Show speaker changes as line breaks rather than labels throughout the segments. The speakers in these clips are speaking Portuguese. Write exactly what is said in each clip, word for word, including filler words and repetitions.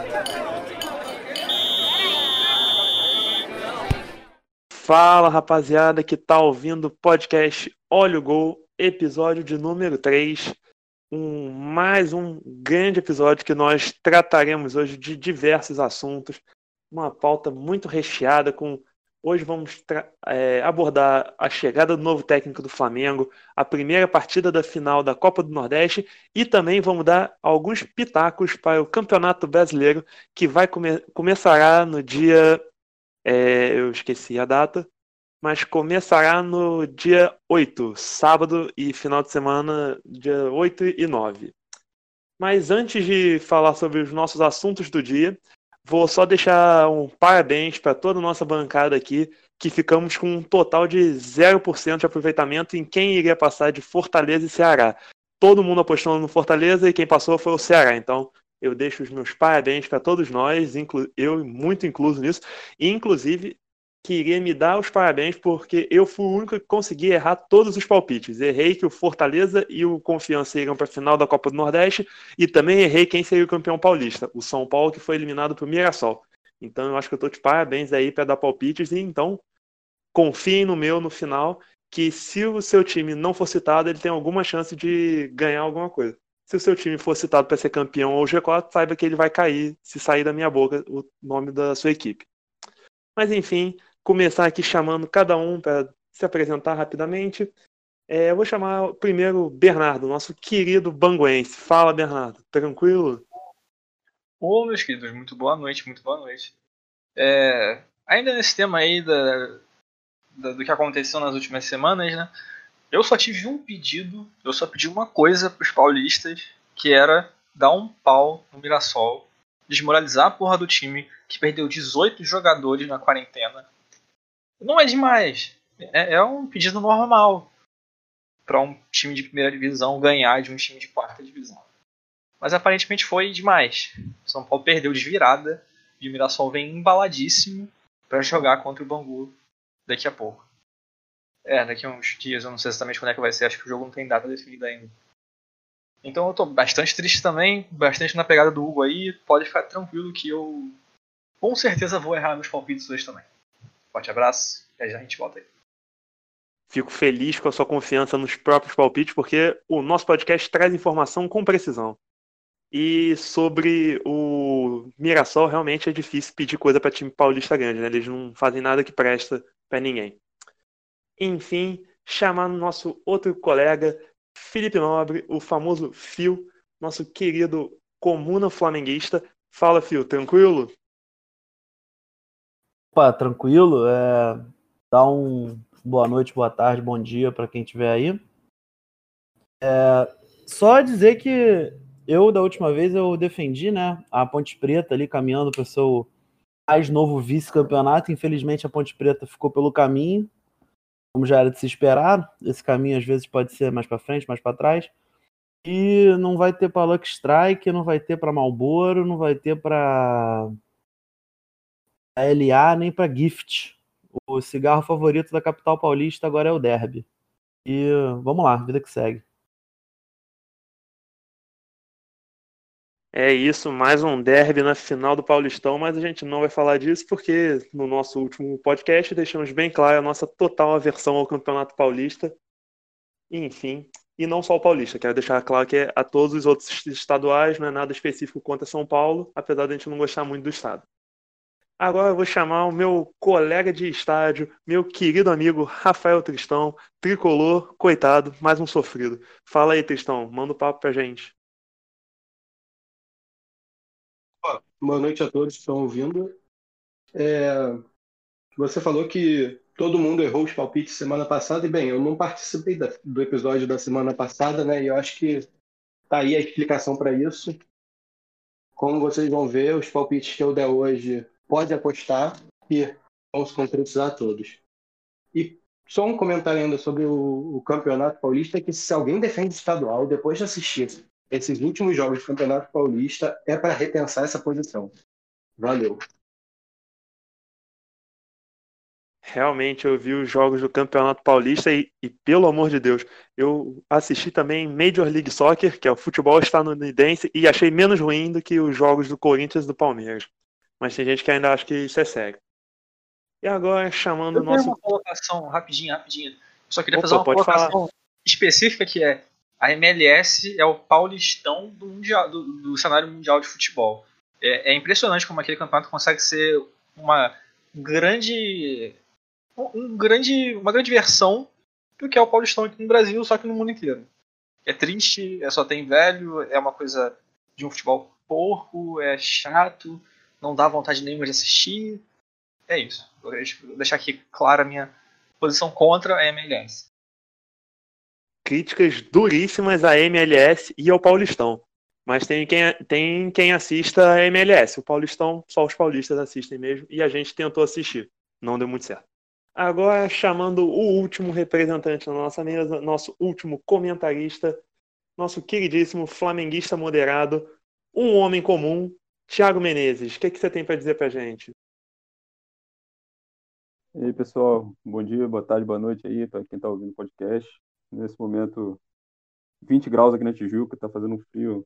Fala, rapaziada que tá ouvindo o podcast Olha o Gol, episódio de número três. Um, mais um grande episódio que nós trataremos hoje de diversos assuntos. Uma pauta muito recheada com... Hoje vamos tra- é, abordar a chegada do novo técnico do Flamengo, a primeira partida da final da Copa do Nordeste e também vamos dar alguns pitacos para o Campeonato Brasileiro que vai come- começará no dia... É, eu esqueci a data, mas começará no dia oito, sábado e final de semana, dia oito e nove. Mas antes de falar sobre os nossos assuntos do dia, vou só deixar um parabéns para toda a nossa bancada aqui, que ficamos com um total de zero por cento de aproveitamento em quem iria passar de Fortaleza e Ceará. Todo mundo apostando no Fortaleza e quem passou foi o Ceará. Então, eu deixo os meus parabéns para todos nós, inclu- eu muito incluso nisso, e inclusive queria me dar os parabéns porque eu fui o único que consegui errar todos os palpites. Errei que o Fortaleza e o Confiança iriam para a final da Copa do Nordeste e também errei quem seria o campeão paulista, o São Paulo, que foi eliminado para o Mirassol. Então eu acho que eu estou de parabéns aí para dar palpites e então confiem no meu no final, que se o seu time não for citado, ele tem alguma chance de ganhar alguma coisa. Se o seu time for citado para ser campeão ou G quatro, saiba que ele vai cair se sair da minha boca o nome da sua equipe. Mas enfim, começar aqui chamando cada um para se apresentar rapidamente. É, eu vou chamar primeiro o Bernardo, nosso querido banguense. Fala, Bernardo. Tranquilo?
Ô, meus queridos, muito boa noite, muito boa noite. É, ainda nesse tema aí da, da- do que aconteceu nas últimas semanas, né? Eu só tive um pedido, eu só pedi uma coisa pros paulistas, que era dar um pau no Mirassol, desmoralizar a porra do time, que perdeu dezoito jogadores na quarentena. Não é demais, é, é um pedido normal para um time de primeira divisão ganhar de um time de quarta divisão. Mas aparentemente foi demais. O São Paulo perdeu de virada e o Mirassol vem embaladíssimo para jogar contra o Bangu daqui a pouco. É, daqui a uns dias, eu não sei exatamente quando é que vai ser, acho que o jogo não tem data definida ainda. Então eu tô bastante triste também, bastante na pegada do Hugo aí. Pode ficar tranquilo que eu com certeza vou errar meus palpites hoje também. Forte abraço e já a gente volta aí.
Fico feliz com a sua confiança nos próprios palpites, porque o nosso podcast traz informação com precisão. E sobre o Mirassol, realmente é difícil pedir coisa para time paulista grande, né? Eles não fazem nada que presta para ninguém. Enfim, chamar nosso outro colega, Felipe Nobre, o famoso Fio, nosso querido comuna flamenguista. Fala, Fio, tranquilo?
Opa, tranquilo? É, dá um boa noite, boa tarde, bom dia para quem estiver aí. É, só dizer que eu, da última vez, eu defendi, né, a Ponte Preta ali caminhando para o seu mais novo vice-campeonato. Infelizmente, a Ponte Preta ficou pelo caminho, como já era de se esperar. Esse caminho, às vezes, pode ser mais para frente, mais para trás. E não vai ter para Lucky Strike, não vai ter para Marlboro, não vai ter para L A, nem para Gift. O cigarro favorito da capital paulista agora é o Derby. E vamos lá, vida que segue.
É isso, mais um derby na final do Paulistão, mas a gente não vai falar disso porque no nosso último podcast deixamos bem claro a nossa total aversão ao Campeonato Paulista. Enfim, e não só o Paulista, quero deixar claro que a todos os outros estaduais não é nada específico contra São Paulo, apesar de a gente não gostar muito do estado. Agora eu vou chamar o meu colega de estádio, meu querido amigo Rafael Tristão, tricolor, coitado, mais um sofrido. Fala aí, Tristão, manda o papo pra gente.
Boa noite a todos que estão ouvindo. É, você falou que todo mundo errou os palpites semana passada, e bem, eu não participei da- do episódio da semana passada, né? E eu acho que tá aí a explicação para isso. Como vocês vão ver, os palpites que eu der hoje, pode apostar que vão se concretizar todos. E só um comentário ainda sobre o, o Campeonato Paulista, que se alguém defende estadual, depois de assistir esses últimos jogos do Campeonato Paulista, é para repensar essa posição. Valeu.
Realmente eu vi os jogos do Campeonato Paulista e, e, pelo amor de Deus, eu assisti também Major League Soccer, que é o futebol estadunidense, e achei menos ruim do que os jogos do Corinthians e do Palmeiras. Mas tem gente que ainda acha que isso é sério. E agora, chamando o
Eu tenho
nosso...
uma colocação rapidinho, rapidinho. Eu só queria
Opa,
fazer uma
pode
colocação
falar.
específica que é a M L S é o Paulistão do, mundial, do, do cenário mundial de futebol. É, é impressionante como aquele campeonato consegue ser uma grande, um grande, uma grande versão do que é o Paulistão aqui no Brasil, só que no mundo inteiro. É triste, é só tem velho, é uma coisa de um futebol porco, é chato, não dá vontade nenhuma de assistir. É isso. Vou deixar aqui clara a minha posição contra a M L S.
Críticas duríssimas à M L S e ao Paulistão. Mas tem quem, tem quem assista a M L S. O Paulistão, só os paulistas assistem mesmo. E a gente tentou assistir. Não deu muito certo. Agora, chamando o último representante da nossa mesa, nosso último comentarista, nosso queridíssimo flamenguista moderado, um homem comum, Thiago Menezes. O que, que você tem para dizer pra gente?
E aí, pessoal, bom dia, boa tarde, boa noite aí, para quem está ouvindo o podcast. Nesse momento, vinte graus aqui na Tijuca, está fazendo um frio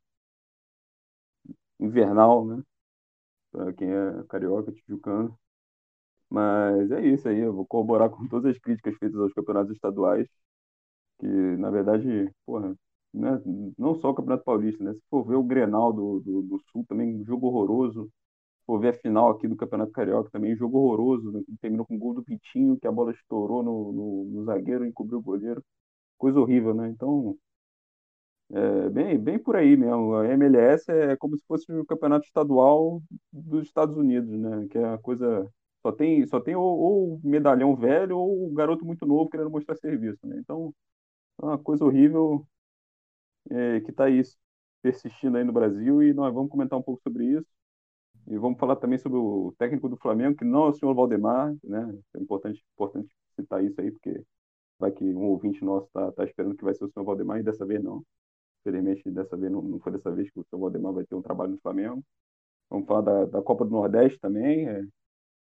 invernal, né? Para quem é carioca, tijucano. Mas é isso aí, eu vou corroborar com todas as críticas feitas aos campeonatos estaduais, que, na verdade, porra, né, não só o Campeonato Paulista, né? Se for ver o Grenal do, do, do Sul, também um jogo horroroso. Vou ver a final aqui do Campeonato Carioca também, jogo horroroso, né? Terminou com o gol do Vitinho, que a bola estourou no, no, no zagueiro e encobriu o goleiro. Coisa horrível, né? Então, é bem, bem por aí mesmo. A M L S é como se fosse o campeonato estadual dos Estados Unidos, né? Que é a coisa... Só tem, só tem ou, ou o medalhão velho ou o garoto muito novo querendo mostrar serviço, né? Então, é uma coisa horrível é, que está aí persistindo aí no Brasil e nós vamos comentar um pouco sobre isso. E vamos falar também sobre o técnico do Flamengo, que não é o senhor Valdemar, né? É importante, importante citar isso aí, porque vai que um ouvinte nosso está tá esperando que vai ser o senhor Valdemar, e dessa vez não. Infelizmente, dessa vez não, não foi dessa vez que o senhor Valdemar vai ter um trabalho no Flamengo. Vamos falar da, da Copa do Nordeste também. É.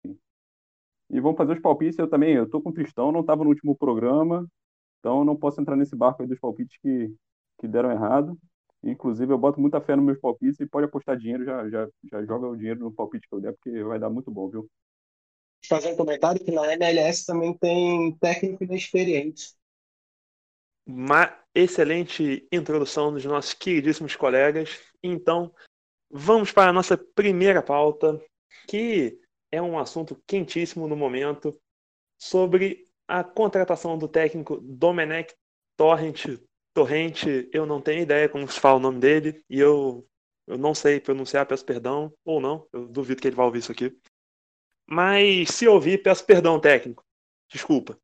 E vamos fazer os palpites. Eu também, eu estou com o Tristão, não estava no último programa, então não posso entrar nesse barco aí dos palpites que, que deram errado. Inclusive, eu boto muita fé nos meus palpites e pode apostar dinheiro, já, já, já joga o dinheiro no palpite que eu der, porque vai dar muito bom, viu?
Fazer um comentário que na M L S também tem técnico inexperiente.
Uma excelente introdução dos nossos queridíssimos colegas. Então, vamos para a nossa primeira pauta, que é um assunto quentíssimo no momento, sobre a contratação do técnico Domenech Torrent. Torrente, eu não tenho ideia como se fala o nome dele, e eu, eu não sei pronunciar, peço perdão, ou não, eu duvido que ele vá ouvir isso aqui. Mas se ouvir, peço perdão, técnico. Desculpa.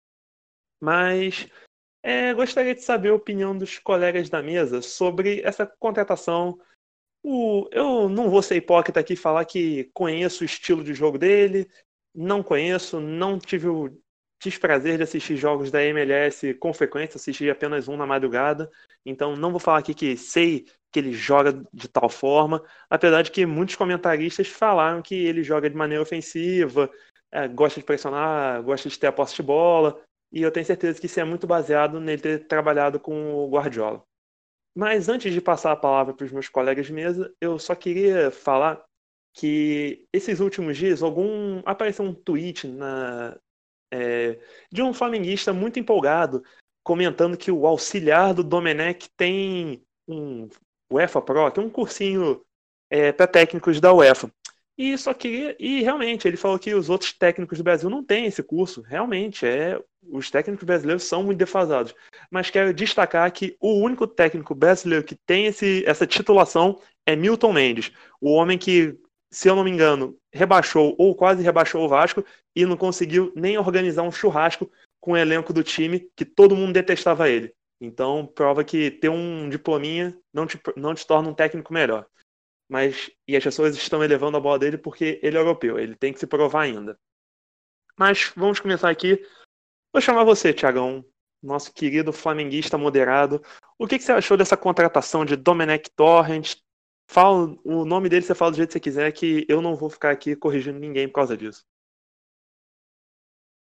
Mas é, gostaria de saber a opinião dos colegas da mesa sobre essa contratação. O, eu não vou ser hipócrita aqui e falar que conheço o estilo de jogo dele, não conheço, não tive o desprazer de assistir jogos da M L S com frequência, assisti apenas um na madrugada, então não vou falar aqui que sei que ele joga de tal forma, apesar de que muitos comentaristas falaram que ele joga de maneira ofensiva, é, gosta de pressionar, gosta de ter a posse de bola, e eu tenho certeza que isso é muito baseado nele ter trabalhado com o Guardiola. Mas antes de passar a palavra para os meus colegas de mesa, eu só queria falar que esses últimos dias algum apareceu um tweet na, é, de um flamenguista muito empolgado, comentando que o auxiliar do Domenech tem um UEFA Pro, que é um cursinho é, para técnicos da UEFA. E só queria. E realmente, ele falou que os outros técnicos do Brasil não têm esse curso. Realmente, é, os técnicos brasileiros são muito defasados. Mas quero destacar que o único técnico brasileiro que tem esse, essa titulação é Milton Mendes. O homem que, se eu não me engano, rebaixou ou quase rebaixou o Vasco e não conseguiu nem organizar um churrasco com o elenco do time, que todo mundo detestava ele. Então, prova que ter um diplominha não te, não te torna um técnico melhor. Mas, e as pessoas estão elevando a bola dele porque ele é europeu, ele tem que se provar ainda. Mas vamos começar aqui. Vou chamar você, Thiagão, nosso querido flamenguista moderado. O que, que você achou dessa contratação de Domenech Torrent? Fala, o nome dele você fala do jeito que você quiser, que eu não vou ficar aqui corrigindo ninguém por causa disso.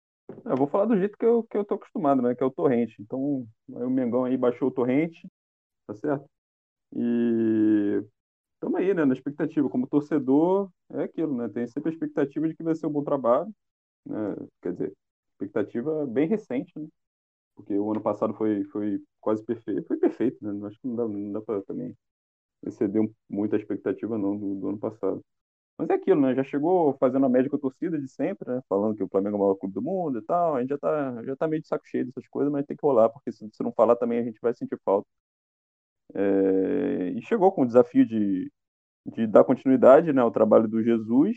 Eu vou falar do jeito que eu, que eu tô acostumado, né? Que é o torrente. Então, aí o Mengão aí baixou o torrente, tá certo? E estamos aí, né? Na expectativa. Como torcedor, é aquilo, né? Tem sempre a expectativa de que vai ser um bom trabalho, né? Quer dizer, expectativa bem recente, né? Porque o ano passado foi, foi quase perfeito. Foi perfeito, né? Acho que não dá, não dá para também exceder um- muito a expectativa, não, do, do ano passado. Mas é aquilo, né? Já chegou fazendo a média com a torcida de sempre, né? Falando que o Flamengo é o maior clube do mundo e tal. A gente já tá, já tá meio de saco cheio dessas coisas, mas tem que rolar, porque se, se não falar também a gente vai sentir falta. É, e chegou com o desafio de, de dar continuidade, né, ao trabalho do Jesus,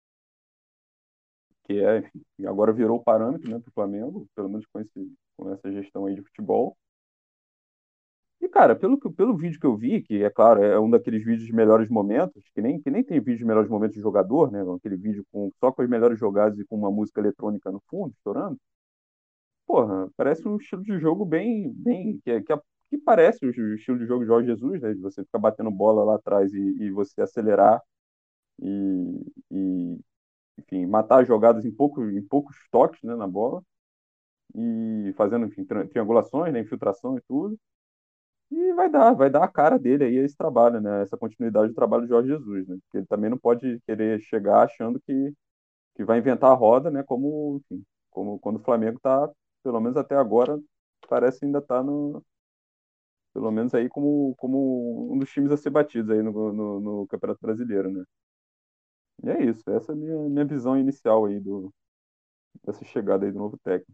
que é, enfim, agora virou o parâmetro, né, para o Flamengo, pelo menos com, esse, com essa gestão aí de futebol. E, cara, pelo, que- pelo vídeo que eu vi, que é claro, é um daqueles vídeos de melhores momentos, que nem, que nem tem vídeo de melhores momentos de jogador, né? Aquele vídeo com, só com as melhores jogadas e com uma música eletrônica no fundo, estourando. Porra, parece um estilo de jogo bem, bem que, é- que, é- que parece o estilo de jogo de Jorge Jesus, né? De você ficar batendo bola lá atrás e, e você acelerar e, e, enfim, matar as jogadas em poucos, em poucos toques, né, na bola e fazendo, enfim, tri- triangulações, né, infiltração e tudo. E vai dar, vai dar a cara dele aí a esse trabalho, né? Essa continuidade do trabalho de Jorge Jesus, né? Porque ele também não pode querer chegar achando que, que vai inventar a roda, né? Como, enfim, como quando o Flamengo está, pelo menos até agora, parece ainda estar no, pelo menos aí como, como um dos times a ser batidos aí no, no, no Campeonato Brasileiro, né? E é isso, essa é a minha, minha visão inicial aí do, dessa chegada aí do novo técnico.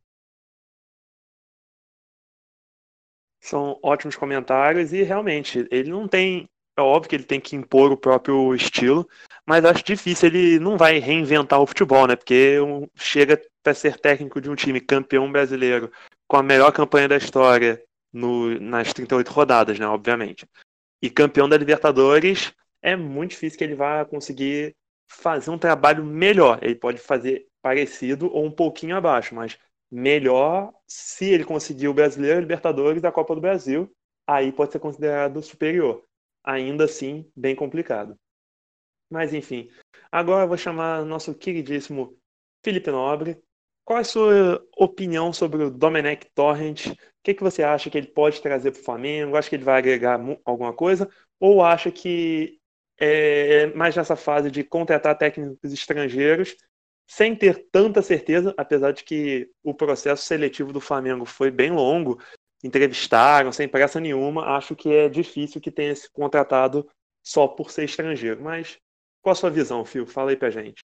São ótimos comentários e realmente ele não tem. É óbvio que ele tem que impor o próprio estilo, mas acho difícil, ele não vai reinventar o futebol, né? Porque um- chega para ser técnico de um time campeão brasileiro com a melhor campanha da história no, nas trinta e oito rodadas, né? Obviamente. E campeão da Libertadores, é muito difícil que ele vá conseguir fazer um trabalho melhor. Ele pode fazer parecido ou um pouquinho abaixo, mas melhor se ele conseguir o Brasileiro, a Libertadores e a Copa do Brasil, aí pode ser considerado superior. Ainda assim, bem complicado. Mas enfim, agora eu vou chamar nosso queridíssimo Felipe Nobre. Qual é a sua opinião sobre o Domenech Torrent? O que que você acha que ele pode trazer para o Flamengo? Acha que ele vai agregar mu- alguma coisa? Ou acha que é mais nessa fase de contratar técnicos estrangeiros sem ter tanta certeza, apesar de que o processo seletivo do Flamengo foi bem longo, entrevistaram sem pressa nenhuma, acho que é difícil que tenha se contratado só por ser estrangeiro. Mas qual a sua visão, Fio? Fala aí pra gente.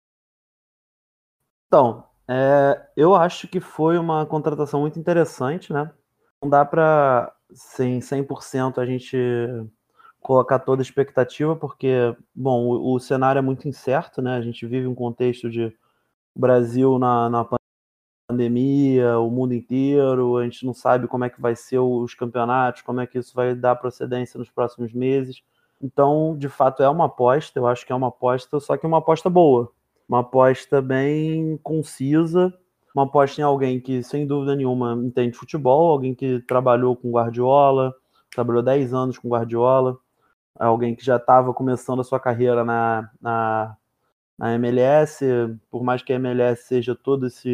Então, é, eu acho que foi uma contratação muito interessante, né? Não dá para, sem cem por cento, a gente colocar toda a expectativa, porque, bom, o, o cenário é muito incerto, né? A gente vive um contexto de Brasil na, na pandemia, o mundo inteiro, a gente não sabe como é que vai ser os campeonatos, como é que isso vai dar procedência nos próximos meses. Então, de fato, é uma aposta, eu acho que é uma aposta, só que uma aposta boa, uma aposta bem concisa, uma aposta em alguém que, sem dúvida nenhuma, entende futebol, alguém que trabalhou com Guardiola, trabalhou dez anos com Guardiola, alguém que já estava começando a sua carreira na, na, na M L S, por mais que a M L S seja todo esse,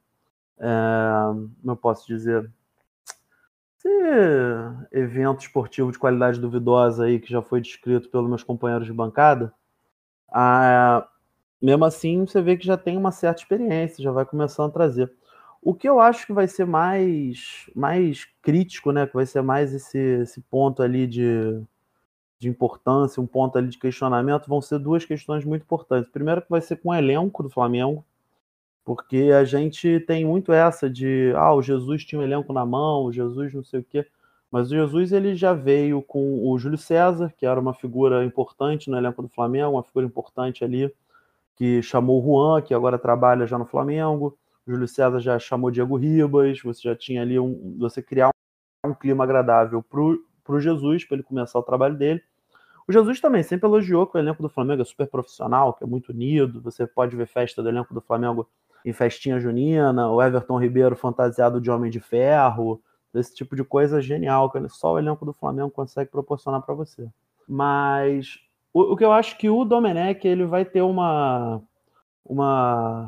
é, como eu posso dizer, esse evento esportivo de qualidade duvidosa aí que já foi descrito pelos meus companheiros de bancada, ah, mesmo assim você vê que já tem uma certa experiência, já vai começando a trazer. O que eu acho que vai ser mais, mais crítico, né, que vai ser mais esse, esse ponto ali de, de importância, um ponto ali de questionamento, vão ser duas questões muito importantes. Primeiro que vai ser com o elenco do Flamengo, porque a gente tem muito essa de, ah, o Jesus tinha um elenco na mão, o Jesus não sei o quê. Mas o Jesus ele já veio com o Júlio César, que era uma figura importante no elenco do Flamengo, uma figura importante ali, que chamou o Juan, que agora trabalha já no Flamengo. O Júlio César já chamou Diego Ribas, você já tinha ali um, você criar um clima agradável pro, pro Jesus, para ele começar o trabalho dele. O Jesus também sempre elogiou que o elenco do Flamengo é super profissional, que é muito unido. Você pode ver festa do elenco do Flamengo em festinha junina, o Everton Ribeiro fantasiado de Homem de Ferro, esse tipo de coisa genial, que só o elenco do Flamengo consegue proporcionar para você. Mas o, o que eu acho que o Domenech ele vai ter uma, uma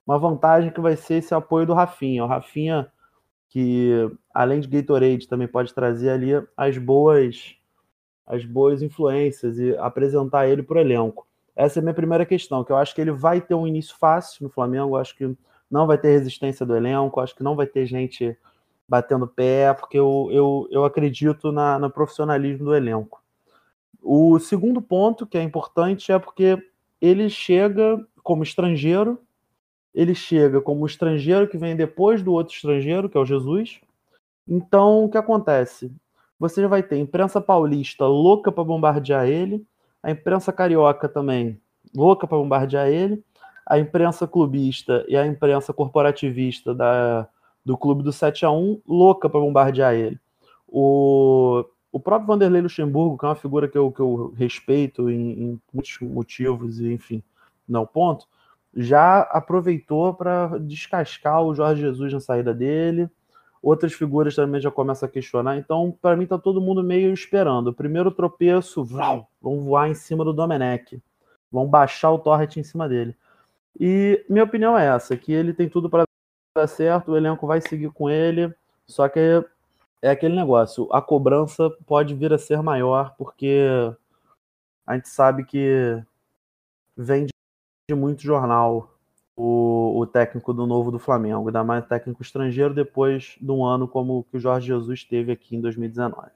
uma vantagem que vai ser esse apoio do Rafinha. O Rafinha, que além de Gatorade, também pode trazer ali as boas, as boas influências e apresentar ele para o elenco. Essa é a minha primeira questão, que eu acho que ele vai ter um início fácil no Flamengo, eu acho que não vai ter resistência do elenco, acho que não vai ter gente batendo pé, porque eu, eu, eu acredito na, no profissionalismo do elenco. O segundo ponto, que é importante, é porque ele chega como estrangeiro, ele chega como estrangeiro que vem depois do outro estrangeiro, que é o Jesus. Então, o que acontece? Você já vai ter a imprensa paulista louca para bombardear ele, a imprensa carioca também louca para bombardear ele, a imprensa clubista e a imprensa corporativista da, do clube do sete a um louca para bombardear ele. O, o próprio Vanderlei Luxemburgo, que é uma figura que eu, que eu respeito em, em muitos motivos, e enfim, não ponto, já aproveitou para descascar o Jorge Jesus na saída dele. Outras figuras também já começam a questionar. Então, para mim, tá todo mundo meio esperando. O primeiro tropeço, vrau, vão voar em cima do Domenech. Vão baixar o torrent em cima dele. E minha opinião é essa, que ele tem tudo para dar certo, o elenco vai seguir com ele, só que é aquele negócio, a cobrança pode vir a ser maior, porque a gente sabe que vem de muito jornal o, o técnico do novo do Flamengo, ainda mais técnico estrangeiro depois de um ano como que o Jorge Jesus teve aqui em dois mil e dezenove.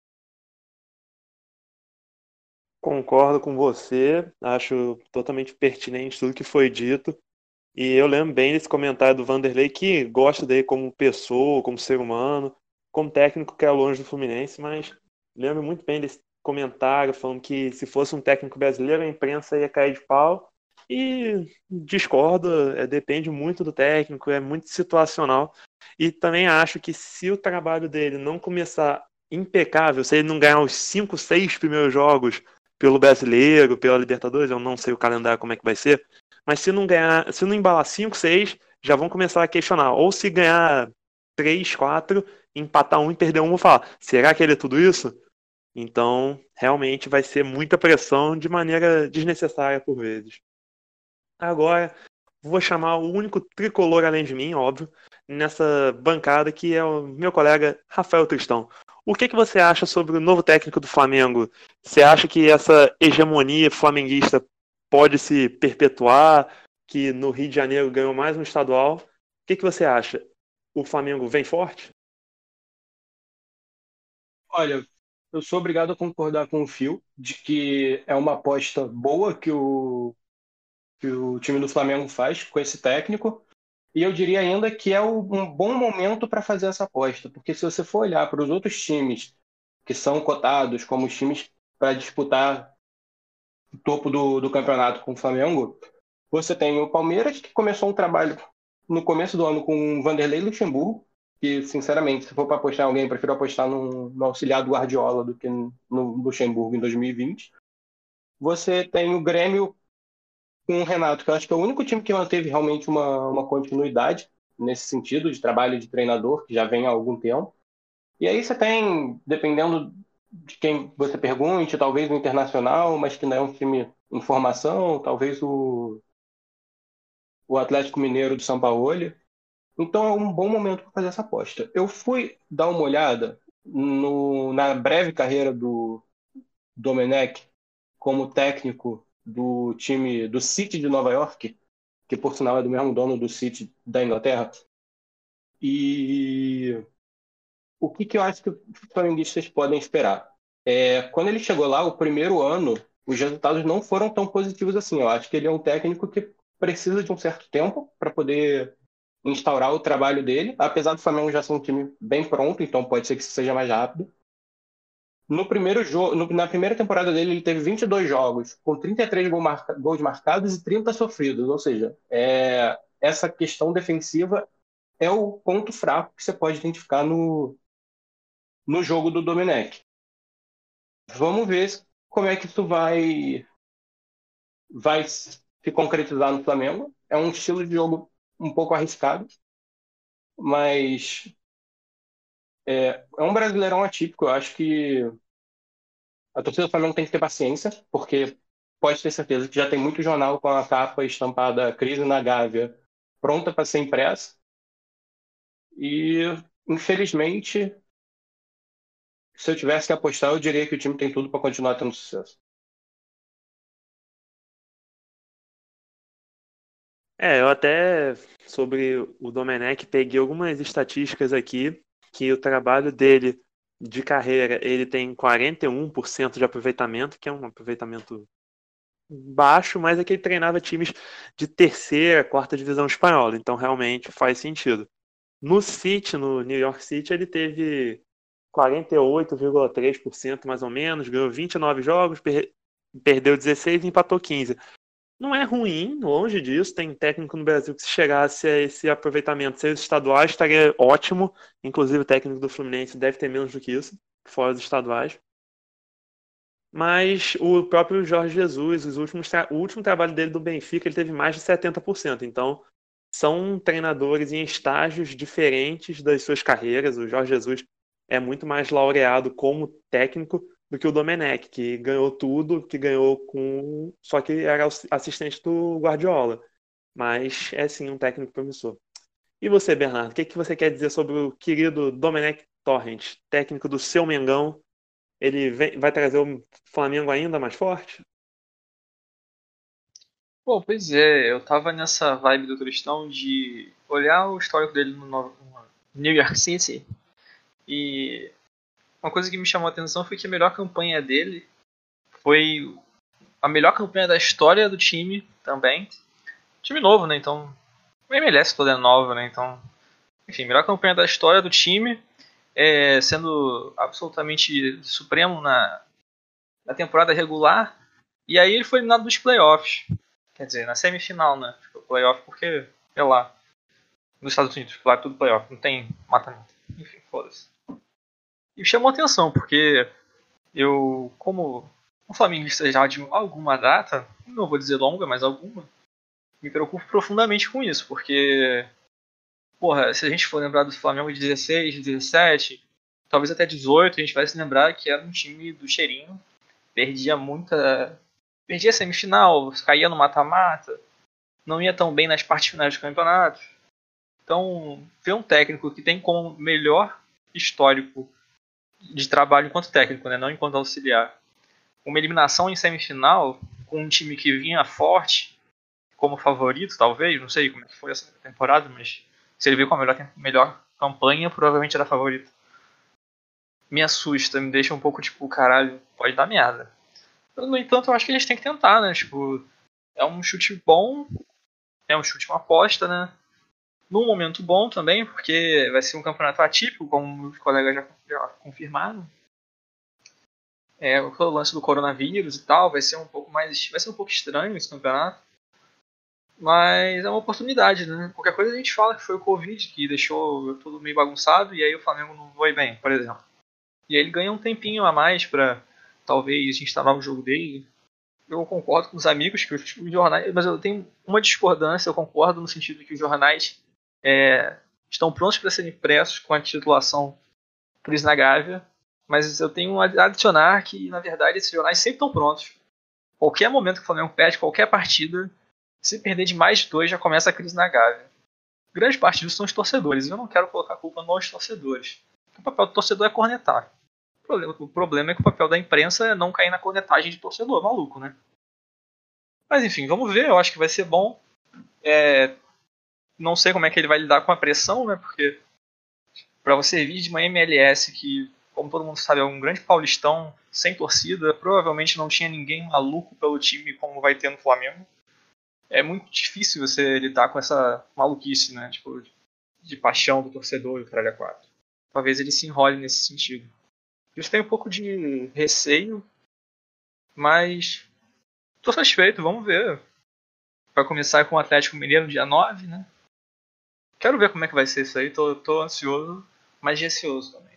Concordo com você, acho totalmente pertinente tudo que foi dito. E eu lembro bem desse comentário do Vanderlei, que gosta dele como pessoa, como ser humano, como técnico que é longe do Fluminense, mas lembro muito bem desse comentário falando que se fosse um técnico brasileiro, a imprensa ia cair de pau. E discordo, é, depende muito do técnico, é muito situacional. E também acho que se o trabalho dele não começar impecável, se ele não ganhar os cinco, seis primeiros jogos pelo Brasileiro, pela Libertadores, eu não sei o calendário como é que vai ser, mas se não ganhar, se não embalar cinco, seis, já vão começar a questionar. Ou se ganhar três, quatro, empatar um e perder um, vão falar, será que ele é tudo isso? Então, realmente vai ser muita pressão de maneira desnecessária por vezes. Agora, vou chamar o único tricolor além de mim, óbvio, nessa bancada, que é o meu colega Rafael Tristão. O que, que você acha sobre o novo técnico do Flamengo? Você acha que essa hegemonia flamenguista pode se perpetuar, que no Rio de Janeiro ganhou mais um estadual? O que, que você acha? O Flamengo vem forte?
Olha, eu sou obrigado a concordar com o Phil de que é uma aposta boa que o, que o time do Flamengo faz com esse técnico. E eu diria ainda que é um bom momento para fazer essa aposta, porque se você for olhar para os outros times que são cotados como os times para disputar o topo do, do campeonato com o Flamengo, você tem o Palmeiras, que começou um trabalho no começo do ano com o Vanderlei Luxemburgo, que, sinceramente, se for para apostar em alguém, eu prefiro apostar no, no auxiliar do Guardiola do que no Luxemburgo em dois mil e vinte. Você tem o Grêmio com o Renato, que eu acho que é o único time que manteve realmente uma, uma continuidade nesse sentido de trabalho de treinador, que já vem há algum tempo. E aí você tem, dependendo de quem você pergunte, talvez o Internacional, mas que não é um time em formação, talvez o, o Atlético Mineiro do São Paulo. Então é um bom momento para fazer essa aposta. Eu fui dar uma olhada no, na breve carreira do Domenech como técnico do time do City de Nova York, que por sinal é do mesmo dono do City da Inglaterra. E o que, que eu acho que os flamenguistas podem esperar? É, quando ele chegou lá, o primeiro ano, os resultados não foram tão positivos assim. Eu acho que ele é um técnico que precisa de um certo tempo para poder instaurar o trabalho dele, apesar do Flamengo já ser um time bem pronto, então pode ser que isso seja mais rápido. No primeiro jogo, no, na primeira temporada dele, ele teve vinte e dois jogos, com trinta e três gol marca, gols marcados e trinta sofridos. Ou seja, é, essa questão defensiva é o ponto fraco que você pode identificar no, no jogo do Domenech. Vamos ver como é que isso vai, vai se concretizar no Flamengo. É um estilo de jogo um pouco arriscado, mas é, é um brasileirão atípico. Eu acho que a torcida do Flamengo tem que ter paciência, porque pode ter certeza que já tem muito jornal com a capa estampada Crise na Gávea pronta para ser impressa. E, infelizmente, se eu tivesse que apostar, eu diria que o time tem tudo para continuar tendo sucesso.
É, eu até, sobre o Domenech, peguei algumas estatísticas aqui, que o trabalho dele de carreira, ele tem quarenta e um por cento de aproveitamento, que é um aproveitamento baixo, mas é que ele treinava times de terceira, quarta divisão espanhola, então realmente faz sentido. No City, no New York City, ele teve quarenta e oito vírgula três por cento mais ou menos, ganhou vinte e nove jogos, per- perdeu dezesseis e empatou quinze. Não é ruim, longe disso. Tem técnico no Brasil que, se chegasse a esse aproveitamento, seus estaduais, estaria ótimo. Inclusive, o técnico do Fluminense deve ter menos do que isso, fora dos estaduais. Mas o próprio Jorge Jesus, os últimos tra- o último trabalho dele do Benfica, ele teve mais de setenta por cento. Então, são treinadores em estágios diferentes das suas carreiras. O Jorge Jesus é muito mais laureado como técnico do que o Domenech, que ganhou tudo, que ganhou com. Só que era assistente do Guardiola. Mas é sim um técnico promissor. E você, Bernardo, o que, que você quer dizer sobre o querido Domenech Torrent, técnico do seu Mengão? Ele vem- vai trazer o Flamengo ainda mais forte?
Bom, pois é, eu tava nessa vibe do Tristão de olhar o histórico dele no no New York City e uma coisa que me chamou a atenção foi que a melhor campanha dele foi a melhor campanha da história do time também. Time novo, né? Então, o M L S toda é nova, né? Então, enfim, melhor campanha da história do time, é, sendo absolutamente supremo na, na temporada regular. E aí ele foi eliminado dos playoffs. Quer dizer, na semifinal, né? Ficou playoff porque, sei lá, nos Estados Unidos, lá é tudo playoff, não tem mata-mata. Enfim, foda-se. E chamou atenção, porque eu, como um flamenguista já de alguma data, não vou dizer longa, mas alguma, me preocupo profundamente com isso, porque, porra, se a gente for lembrar do Flamengo de dezesseis, dezessete, talvez até dezoito, a gente vai se lembrar que era um time do cheirinho, perdia muita. Perdia semifinal, caía no mata-mata, não ia tão bem nas partes finais do campeonato. Então, ver um técnico que tem como melhor histórico de trabalho enquanto técnico, né, não enquanto auxiliar, uma eliminação em semifinal com um time que vinha forte como favorito, talvez, não sei como é que foi essa temporada, mas se ele veio com a melhor, melhor campanha, provavelmente era favorito. Me assusta, me deixa um pouco tipo, caralho, pode dar merda. No entanto, eu acho que eles têm que tentar, né? Tipo, é um chute bom, é um chute, uma aposta, né? Num momento bom também, porque vai ser um campeonato atípico, como os colegas já, já confirmaram. É, o lance do coronavírus e tal, vai ser um pouco mais. Vai ser um pouco estranho esse campeonato. Mas é uma oportunidade, né? Qualquer coisa a gente fala que foi o Covid que deixou tudo meio bagunçado e aí o Flamengo não foi bem, por exemplo. E aí ele ganha um tempinho a mais pra talvez instalar o jogo dele. Eu concordo com os amigos que os jornais. Mas eu tenho uma discordância, eu concordo no sentido de que os jornais é, estão prontos para serem impressos com a titulação Cris na Gávea. Mas eu tenho a adicionar que, na verdade, esses jornais sempre estão prontos. Qualquer momento que o Flamengo perde, qualquer partida, se perder de mais de dois, já começa a crise na Gávea. Grande parte disso são os torcedores. Eu não quero colocar a culpa nos torcedores. O papel do torcedor é cornetar. O problema, o problema é que o papel da imprensa é não cair na cornetagem de torcedor, maluco, né? Mas enfim, vamos ver. Eu acho que vai ser bom. É, não sei como é que ele vai lidar com a pressão, né? Porque para você vir de uma M L S que, como todo mundo sabe, é um grande paulistão sem torcida, provavelmente não tinha ninguém maluco pelo time como vai ter no Flamengo. É muito difícil você lidar com essa maluquice, né? Tipo, de paixão do torcedor e o caralho a quatro. Talvez ele se enrole nesse sentido. Eu tenho um pouco de receio, mas tô satisfeito, vamos ver. Vai começar com o Atlético Mineiro dia nove, né? Quero ver como é que vai ser isso aí, tô, tô ansioso, mas receoso também.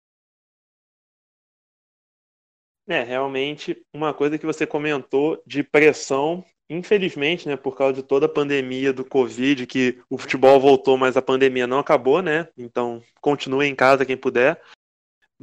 É, realmente, uma coisa que você comentou de pressão, infelizmente, né, por causa de toda a pandemia do Covid, que o futebol voltou, mas a pandemia não acabou, né? Então, continue em casa quem puder.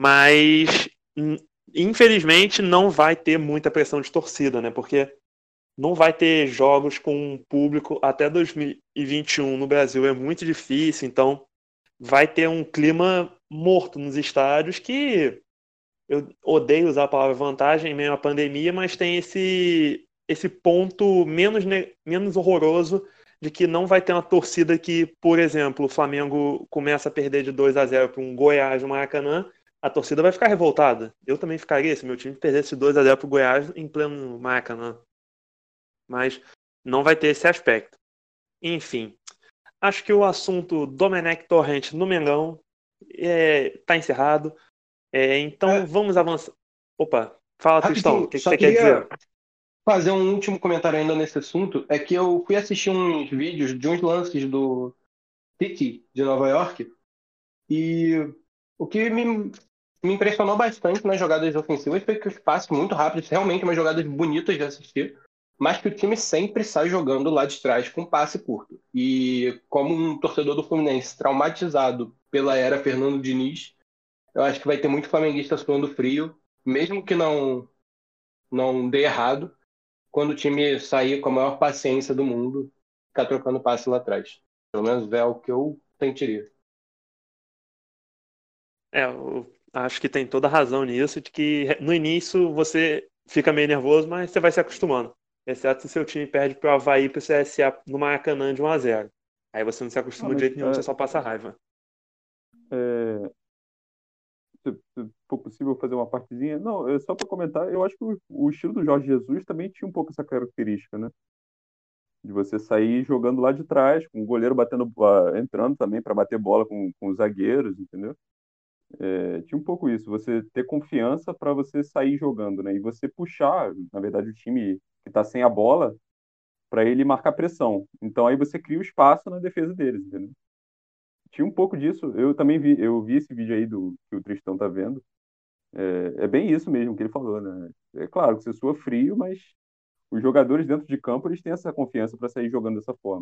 Mas, infelizmente, não vai ter muita pressão de torcida, né? Porque não vai ter jogos com público até dois mil e vinte e um no Brasil, é muito difícil, então vai ter um clima morto nos estádios que eu odeio usar a palavra vantagem em meio à pandemia, mas tem esse, esse ponto menos, ne- menos horroroso de que não vai ter uma torcida que, por exemplo, o Flamengo começa a perder de dois a zero para um Goiás no Maracanã, a torcida vai ficar revoltada. Eu também ficaria se meu time perdesse dois a zero para o Goiás em pleno Maracanã. Mas não vai ter esse aspecto. Enfim, acho que o assunto Domenech Torrent no Mengão está encerrado. É, então
É,
vamos avançar. Opa, fala, Tristão, o
rapidinho,
que, que
só
você quer
queria
dizer?
fazer um último comentário ainda nesse assunto. É que eu fui assistir uns vídeos de uns lances do City de Nova York e o que me, me impressionou bastante nas jogadas ofensivas foi que os passes muito rápidos, realmente umas jogadas bonitas de assistir, mas que o time sempre sai jogando lá de trás com passe curto. E como um torcedor do Fluminense traumatizado pela era Fernando Diniz, eu acho que vai ter muito flamenguista suando frio, mesmo que não, não dê errado, quando o time sair com a maior paciência do mundo, ficar trocando passe lá atrás. Pelo menos é o que eu sentiria.
É, eu acho que tem toda a razão nisso, de que no início você fica meio nervoso, mas você vai se acostumando. Exceto se seu time perde para o Avaí para o C S A no Maracanã de um a zero. Aí você não se
Ah,
acostuma de
mas
jeito nenhum, você
é,
só passa raiva.
é, se, se for possível fazer uma partezinha. Não, é só para comentar, eu acho que o, o estilo do Jorge Jesus também tinha um pouco essa característica, né? De você sair jogando lá de trás, com o goleiro batendo, ah, entrando também para bater bola com, com os zagueiros, entendeu? É, tinha um pouco isso, você ter confiança para você sair jogando, né? E você puxar, na verdade, o time que está sem a bola para ele marcar pressão. Então aí você cria o espaço na defesa deles, entendeu? Tinha um pouco disso. Eu também vi, eu vi esse vídeo aí do que o Tristão tá vendo. É, é bem isso mesmo que ele falou, né? É claro que você sua frio, mas os jogadores dentro de campo eles têm essa confiança para sair jogando dessa forma.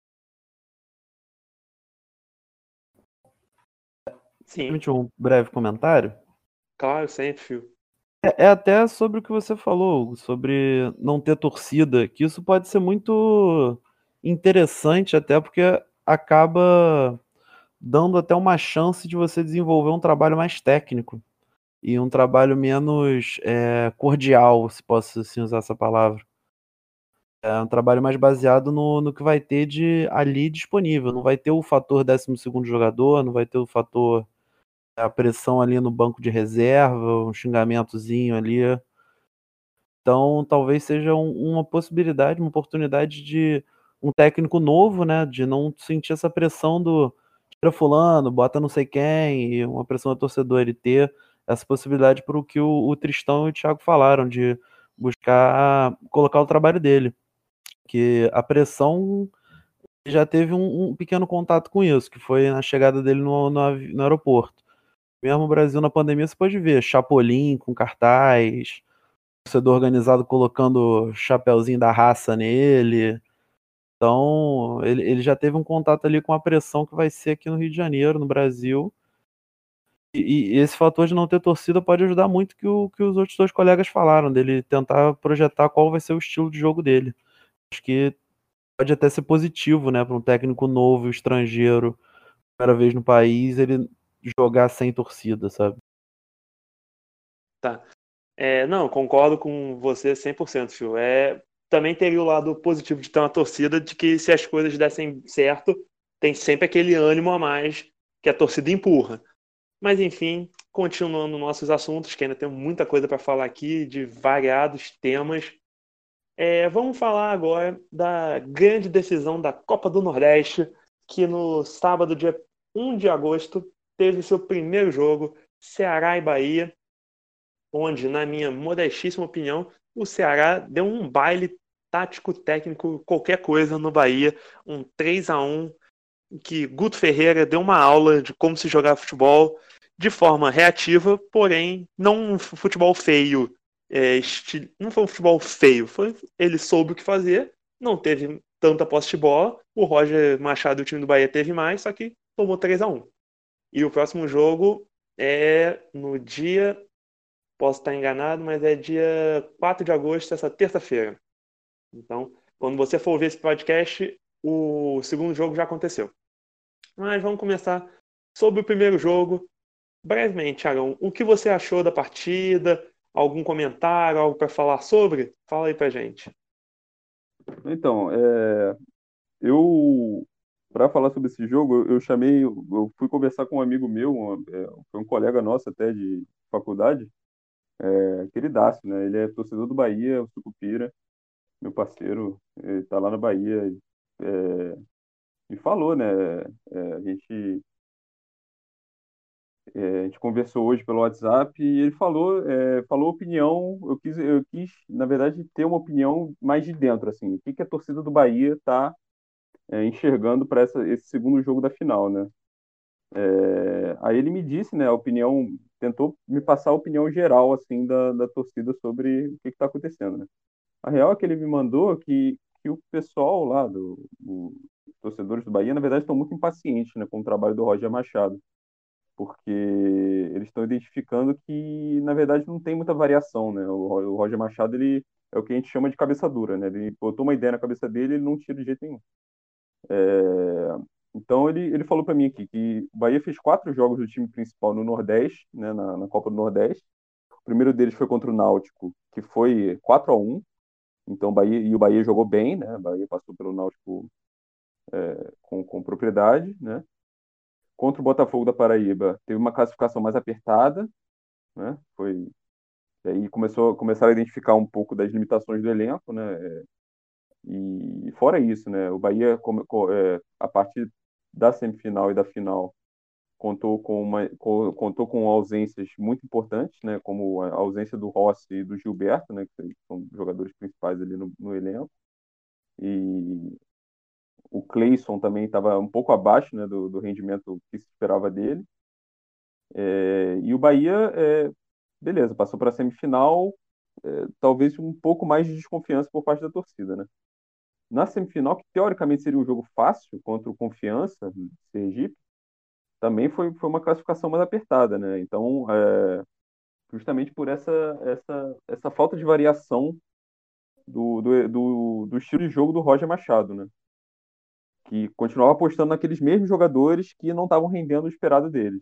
Sim,
Permite um breve comentário?
claro, sempre, fio.
É, é até sobre o que você falou, sobre não ter torcida, que isso pode ser muito interessante, até porque acaba dando até uma chance de você desenvolver um trabalho mais técnico e um trabalho menos é, cordial, se posso assim usar essa palavra. É um trabalho mais baseado no, no que vai ter de ali disponível. Não vai ter o fator décimo segundo jogador, não vai ter o fator a pressão ali no banco de reserva, um xingamentozinho ali. Então, talvez seja um- uma possibilidade, uma oportunidade de um técnico novo, né? De não sentir essa pressão do tira fulano, bota não sei quem, e uma pressão do torcedor, ele ter essa possibilidade para o que o, o Tristão e o Thiago falaram, de buscar colocar o trabalho dele. Que a pressão já teve um, um pequeno contato com isso, que foi na chegada dele no, no, avi- no aeroporto. Mesmo o Brasil na pandemia, você pode ver Chapolin com cartaz, torcedor organizado colocando chapeuzinho da raça nele. Então, ele, ele já teve um contato ali com a pressão que vai ser aqui no Rio de Janeiro, no Brasil. E, e esse fator de não ter torcida pode ajudar muito que, o, que os outros dois colegas falaram, dele tentar projetar qual vai ser o estilo de jogo dele. Acho que pode até ser positivo, né, para um técnico novo, estrangeiro, primeira vez no país, ele jogar sem torcida, sabe?
Tá. É, não, concordo com você cem por cento, Phil. É, também teria o lado positivo de ter uma torcida, de que se as coisas dessem certo, tem sempre aquele ânimo a mais que a torcida empurra. Mas enfim, continuando nossos assuntos, que ainda tem muita coisa para falar aqui, de variados temas. É, vamos falar agora da grande decisão da Copa do Nordeste, que no sábado, dia um de agosto, teve seu primeiro jogo, Ceará e Bahia, onde, na minha modestíssima opinião, o Ceará deu um baile tático, técnico, qualquer coisa no Bahia, um três a um, que Guto Ferreira deu uma aula de como se jogar futebol de forma reativa, porém não um futebol feio. É, esti... Não foi um futebol feio, foi... ele soube o que fazer, não teve tanta posse de bola, o Roger Machado e o time do Bahia teve mais, só que tomou três a um. E o próximo jogo é no dia, posso estar enganado, mas é dia quatro de agosto, essa terça-feira. Então, quando você for ver esse podcast, o segundo jogo já aconteceu. Mas vamos começar sobre o primeiro jogo. Brevemente, Arão, o que você achou da partida? Algum comentário, algo para falar sobre? Fala aí pra gente.
Então, é, eu, para falar sobre esse jogo, eu, eu chamei, eu fui conversar com um amigo meu, um, é, foi um colega nosso até de faculdade, é, queridaço, né? Ele é torcedor do Bahia, o Sucupira, meu parceiro, ele tá lá na Bahia, é, e falou, né? É, a gente, é, a gente conversou hoje pelo WhatsApp e ele falou, é, falou opinião. Eu quis, eu quis, na verdade, ter uma opinião mais de dentro, assim, o que que a torcida do Bahia tá é, enxergando para esse segundo jogo da final, né? É, aí ele me disse, né, a opinião, tentou me passar a opinião geral, assim, da, da torcida sobre o que está acontecendo, né? A real é que ele me mandou que, que o pessoal lá, do, do- os torcedores do Bahia, na verdade, estão muito impacientes, né, com o trabalho do Roger Machado, porque eles estão identificando que, na verdade, não tem muita variação, né? O, Ro- o Roger Machado, ele é o que a gente chama de cabeça dura, né? Ele botou uma ideia na cabeça dele e ele não tira de jeito nenhum. É, Então ele, ele falou para mim aqui que o Bahia fez quatro jogos do time principal no Nordeste, né, na, na Copa do Nordeste. O primeiro deles foi contra o Náutico, que foi quatro a um. Então o Bahia e o Bahia jogou bem, né? O Bahia passou pelo Náutico com, com propriedade, né? Contra o Botafogo da Paraíba, teve uma classificação mais apertada, né? Foi e aí começou começaram a identificar um pouco das limitações do elenco, né? E fora isso, né? O Bahia come- co- é, a partir da semifinal e da final contou com uma co- contou com ausências muito importantes, né, como a ausência do Rossi e do Gilberto, né, que são jogadores principais ali no, no elenco, e o Cleison também estava um pouco abaixo, né, do, do rendimento que se esperava dele. É, e o Bahia, é, beleza, passou para a semifinal, é, talvez um pouco mais de desconfiança por parte da torcida, né? Na semifinal, que teoricamente seria um jogo fácil contra o Confiança de Sergipe, também foi, foi uma classificação mais apertada, né? Então, é, justamente por essa, essa, essa falta de variação do, do, do, do estilo de jogo do Roger Machado, né? Que continuava apostando naqueles mesmos jogadores que não estavam rendendo o esperado deles.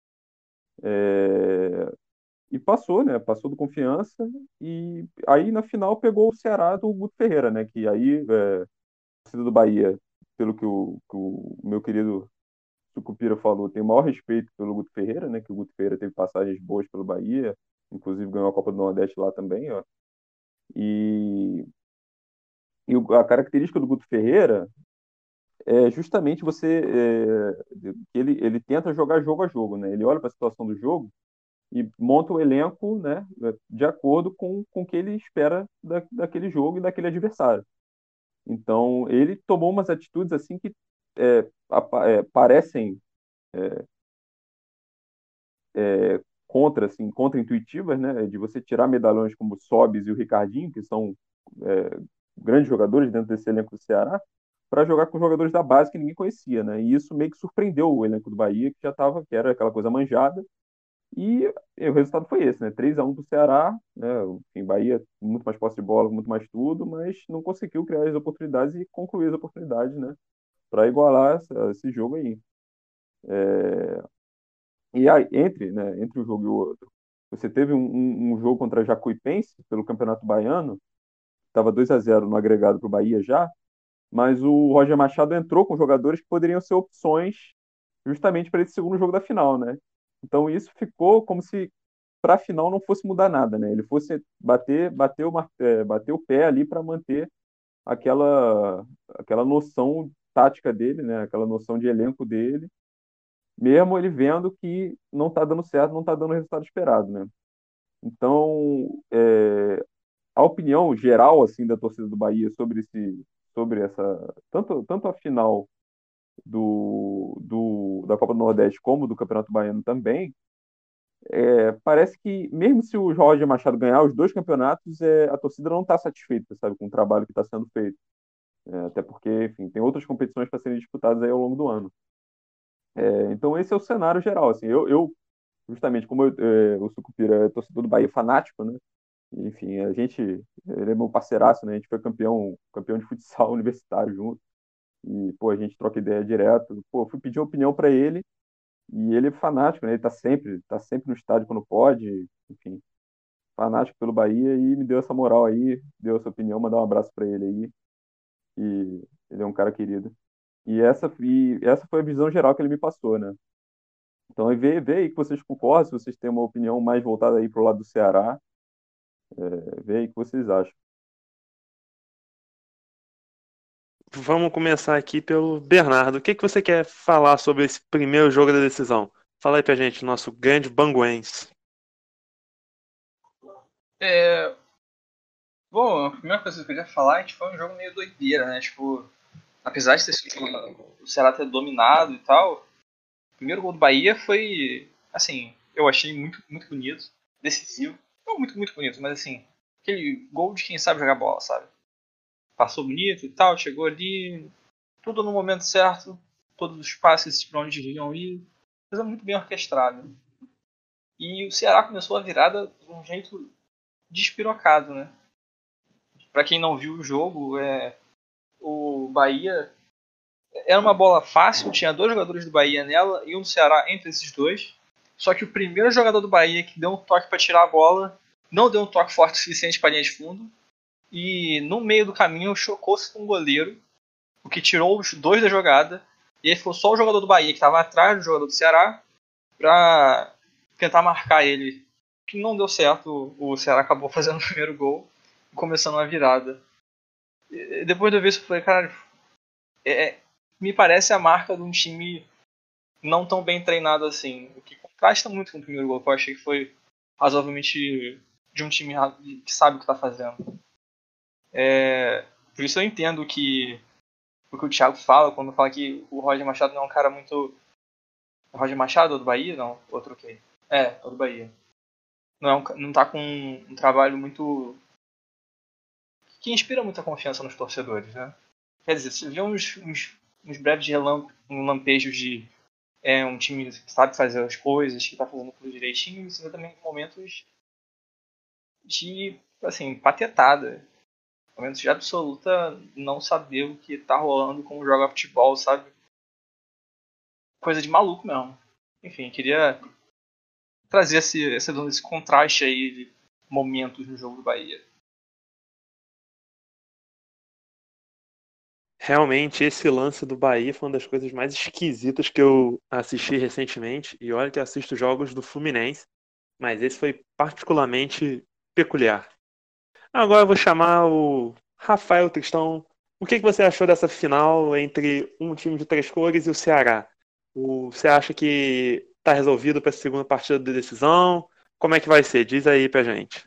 É, e passou, né? Passou do Confiança e aí na final pegou o Ceará do Guto Ferreira, né? Que aí é, a torcida do Bahia, pelo que o, que o meu querido Sucupira falou, tem o maior respeito pelo Guto Ferreira, né? Que o Guto Ferreira teve passagens boas pelo Bahia, inclusive ganhou a Copa do Nordeste lá também, ó. E, e o- a característica do Guto Ferreira é justamente você é, ele, ele tenta jogar jogo a jogo, né? Ele olha para a situação do jogo e monta o elenco, né, de acordo com, com o que ele espera da, daquele jogo e daquele adversário. Então, ele tomou umas atitudes assim que é, apa- é, parecem contra, assim, contra-intuitivas, né, de você tirar medalhões como o Sobis e o Ricardinho, que são é, grandes jogadores dentro desse elenco do Ceará, para jogar com jogadores da base que ninguém conhecia, né? E isso meio que surpreendeu o elenco do Bahia, que já estava, que era aquela coisa manjada, e, e o resultado foi esse, né? três a um para o Ceará, né? Enfim, Bahia muito mais posse de bola, muito mais tudo, mas não conseguiu criar as oportunidades e concluir as oportunidades, né? Para igualar essa, esse jogo aí. E aí, entre, né, entre um jogo e o outro, você teve um, um, um jogo contra a Jacuipense pelo Campeonato Baiano, estava dois a zero no agregado para o Bahia já, mas o Roger Machado entrou com jogadores que poderiam ser opções justamente para esse segundo jogo da final, né? Então isso ficou como se para a final não fosse mudar nada, né? Ele fosse bater, bater o, mar- é, bater o pé ali para manter aquela aquela noção tática dele, né? Aquela noção de elenco dele, mesmo ele vendo que não está dando certo, não está dando o resultado esperado, né? Então, é, a opinião geral assim da torcida do Bahia sobre esse sobre essa tanto tanto a final do, do da Copa do Nordeste como do Campeonato Baiano também, é, parece que mesmo se o Roger Machado ganhar os dois campeonatos, é, a torcida não está satisfeita, sabe, com o trabalho que está sendo feito. É, até porque, enfim, tem outras competições para serem disputadas aí ao longo do ano. É, então esse é o cenário geral. Assim, eu, eu justamente como eu, é, o Sucupira é torcedor do Bahia fanático, né? Enfim, a gente, ele é meu parceiraço, né? A gente foi campeão, campeão de futsal universitário junto. E, pô, a gente troca ideia direto. Pô, fui pedir opinião para ele e ele é fanático, né? Ele tá sempre, tá sempre no estádio quando pode, enfim, fanático pelo Bahia e me deu essa moral aí, deu essa opinião, mandar um abraço para ele aí. E ele é um cara querido. E essa, e essa foi a visão geral que ele me passou, né? Então, vê, vê aí que vocês concordam, se vocês têm uma opinião mais voltada aí pro lado do Ceará, é, vê aí o que vocês acham.
Vamos começar aqui pelo Bernardo. O que que você quer falar sobre esse primeiro jogo da decisão? Fala aí pra gente, nosso grande banguense.
É, bom, a primeira coisa que eu queria falar é que foi um jogo meio doideira, né? Tipo, apesar de ter sido o Ceará ter dominado e tal, o primeiro gol do Bahia foi, assim, eu achei muito, muito bonito, decisivo. Não muito, muito bonito, mas assim, aquele gol de quem sabe jogar bola, sabe? Passou bonito e tal, chegou ali, tudo no momento certo, todos os passes para onde iam ir, coisa muito bem orquestrada. E o Ceará começou a virada de um jeito despirocado, né? Para quem não viu o jogo, é, o Bahia era uma bola fácil, tinha dois jogadores do Bahia nela e um do Ceará entre esses dois. Só que o primeiro jogador do Bahia que deu um toque para tirar a bola não deu um toque forte o suficiente para a linha de fundo. E no meio do caminho chocou-se com o goleiro, o que tirou os dois da jogada. E aí ficou só o jogador do Bahia, que estava atrás do jogador do Ceará, para tentar marcar ele. Que não deu certo, o Ceará acabou fazendo o primeiro gol e começando a virada. E depois de eu ver isso, eu falei, cara, é, me parece a marca de um time não tão bem treinado assim. O que contrasta muito com o primeiro gol, que eu achei que foi razoavelmente de um time que sabe o que está fazendo. É, por isso eu entendo que o que o Thiago fala, quando fala que o Roger Machado não é um cara muito... O Roger Machado, ou do Bahia? Não, outro que É, é do Bahia. Não, é um, não tá com um, um trabalho muito... que inspira muita confiança nos torcedores, né? Quer dizer, você vê uns, uns, uns breves relamp, um lampejos de é, um time que sabe fazer as coisas, que tá fazendo tudo direitinho, e você vê também momentos de, assim, patetada. Momentos de absoluta não saber o que tá rolando, como joga futebol, sabe? Coisa de maluco mesmo. Enfim, queria trazer esse, esse, esse contraste aí de momentos no jogo do Bahia.
Realmente, esse lance do Bahia foi uma das coisas mais esquisitas que eu assisti recentemente. E olha que eu assisto jogos do Fluminense, mas esse foi particularmente peculiar. Agora eu vou chamar o Rafael Tristão. O que que você achou dessa final entre um time de três cores e o Ceará? O, você acha que está resolvido para essa segunda partida de decisão? Como é que vai ser? Diz aí pra gente.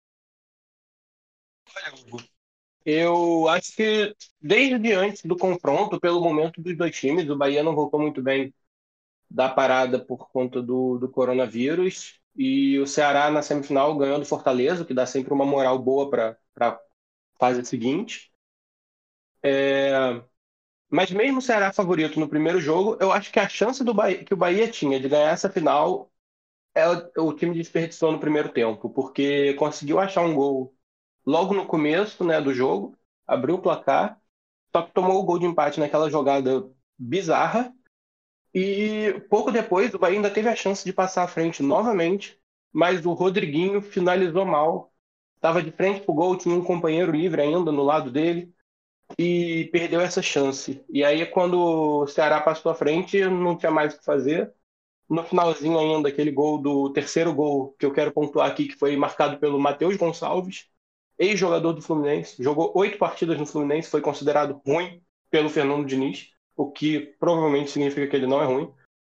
Eu acho que desde antes do confronto, pelo momento dos dois times, o Bahia não voltou muito bem da parada por conta do, do coronavírus. E o Ceará na semifinal ganhou do Fortaleza, o que dá sempre uma moral boa para a fase seguinte. É, mas mesmo o Ceará favorito no primeiro jogo, eu acho que a chance do Bahia, que o Bahia tinha de ganhar essa final é o, o time desperdiçou no primeiro tempo, porque conseguiu achar um gol logo no começo, né, do jogo, abriu o placar, só que tomou o gol de empate naquela jogada bizarra. E pouco depois, o Bahia ainda teve a chance de passar à frente novamente, mas o Rodriguinho finalizou mal. Estava de frente pro gol, tinha um companheiro livre ainda no lado dele e perdeu essa chance. E aí, quando o Ceará passou à frente, não tinha mais o que fazer. No finalzinho ainda, aquele gol do terceiro gol que eu quero pontuar aqui, que foi marcado pelo Matheus Gonçalves, ex-jogador do Fluminense, jogou oito partidas no Fluminense, foi considerado ruim pelo Fernando Diniz, o que provavelmente significa que ele não é ruim.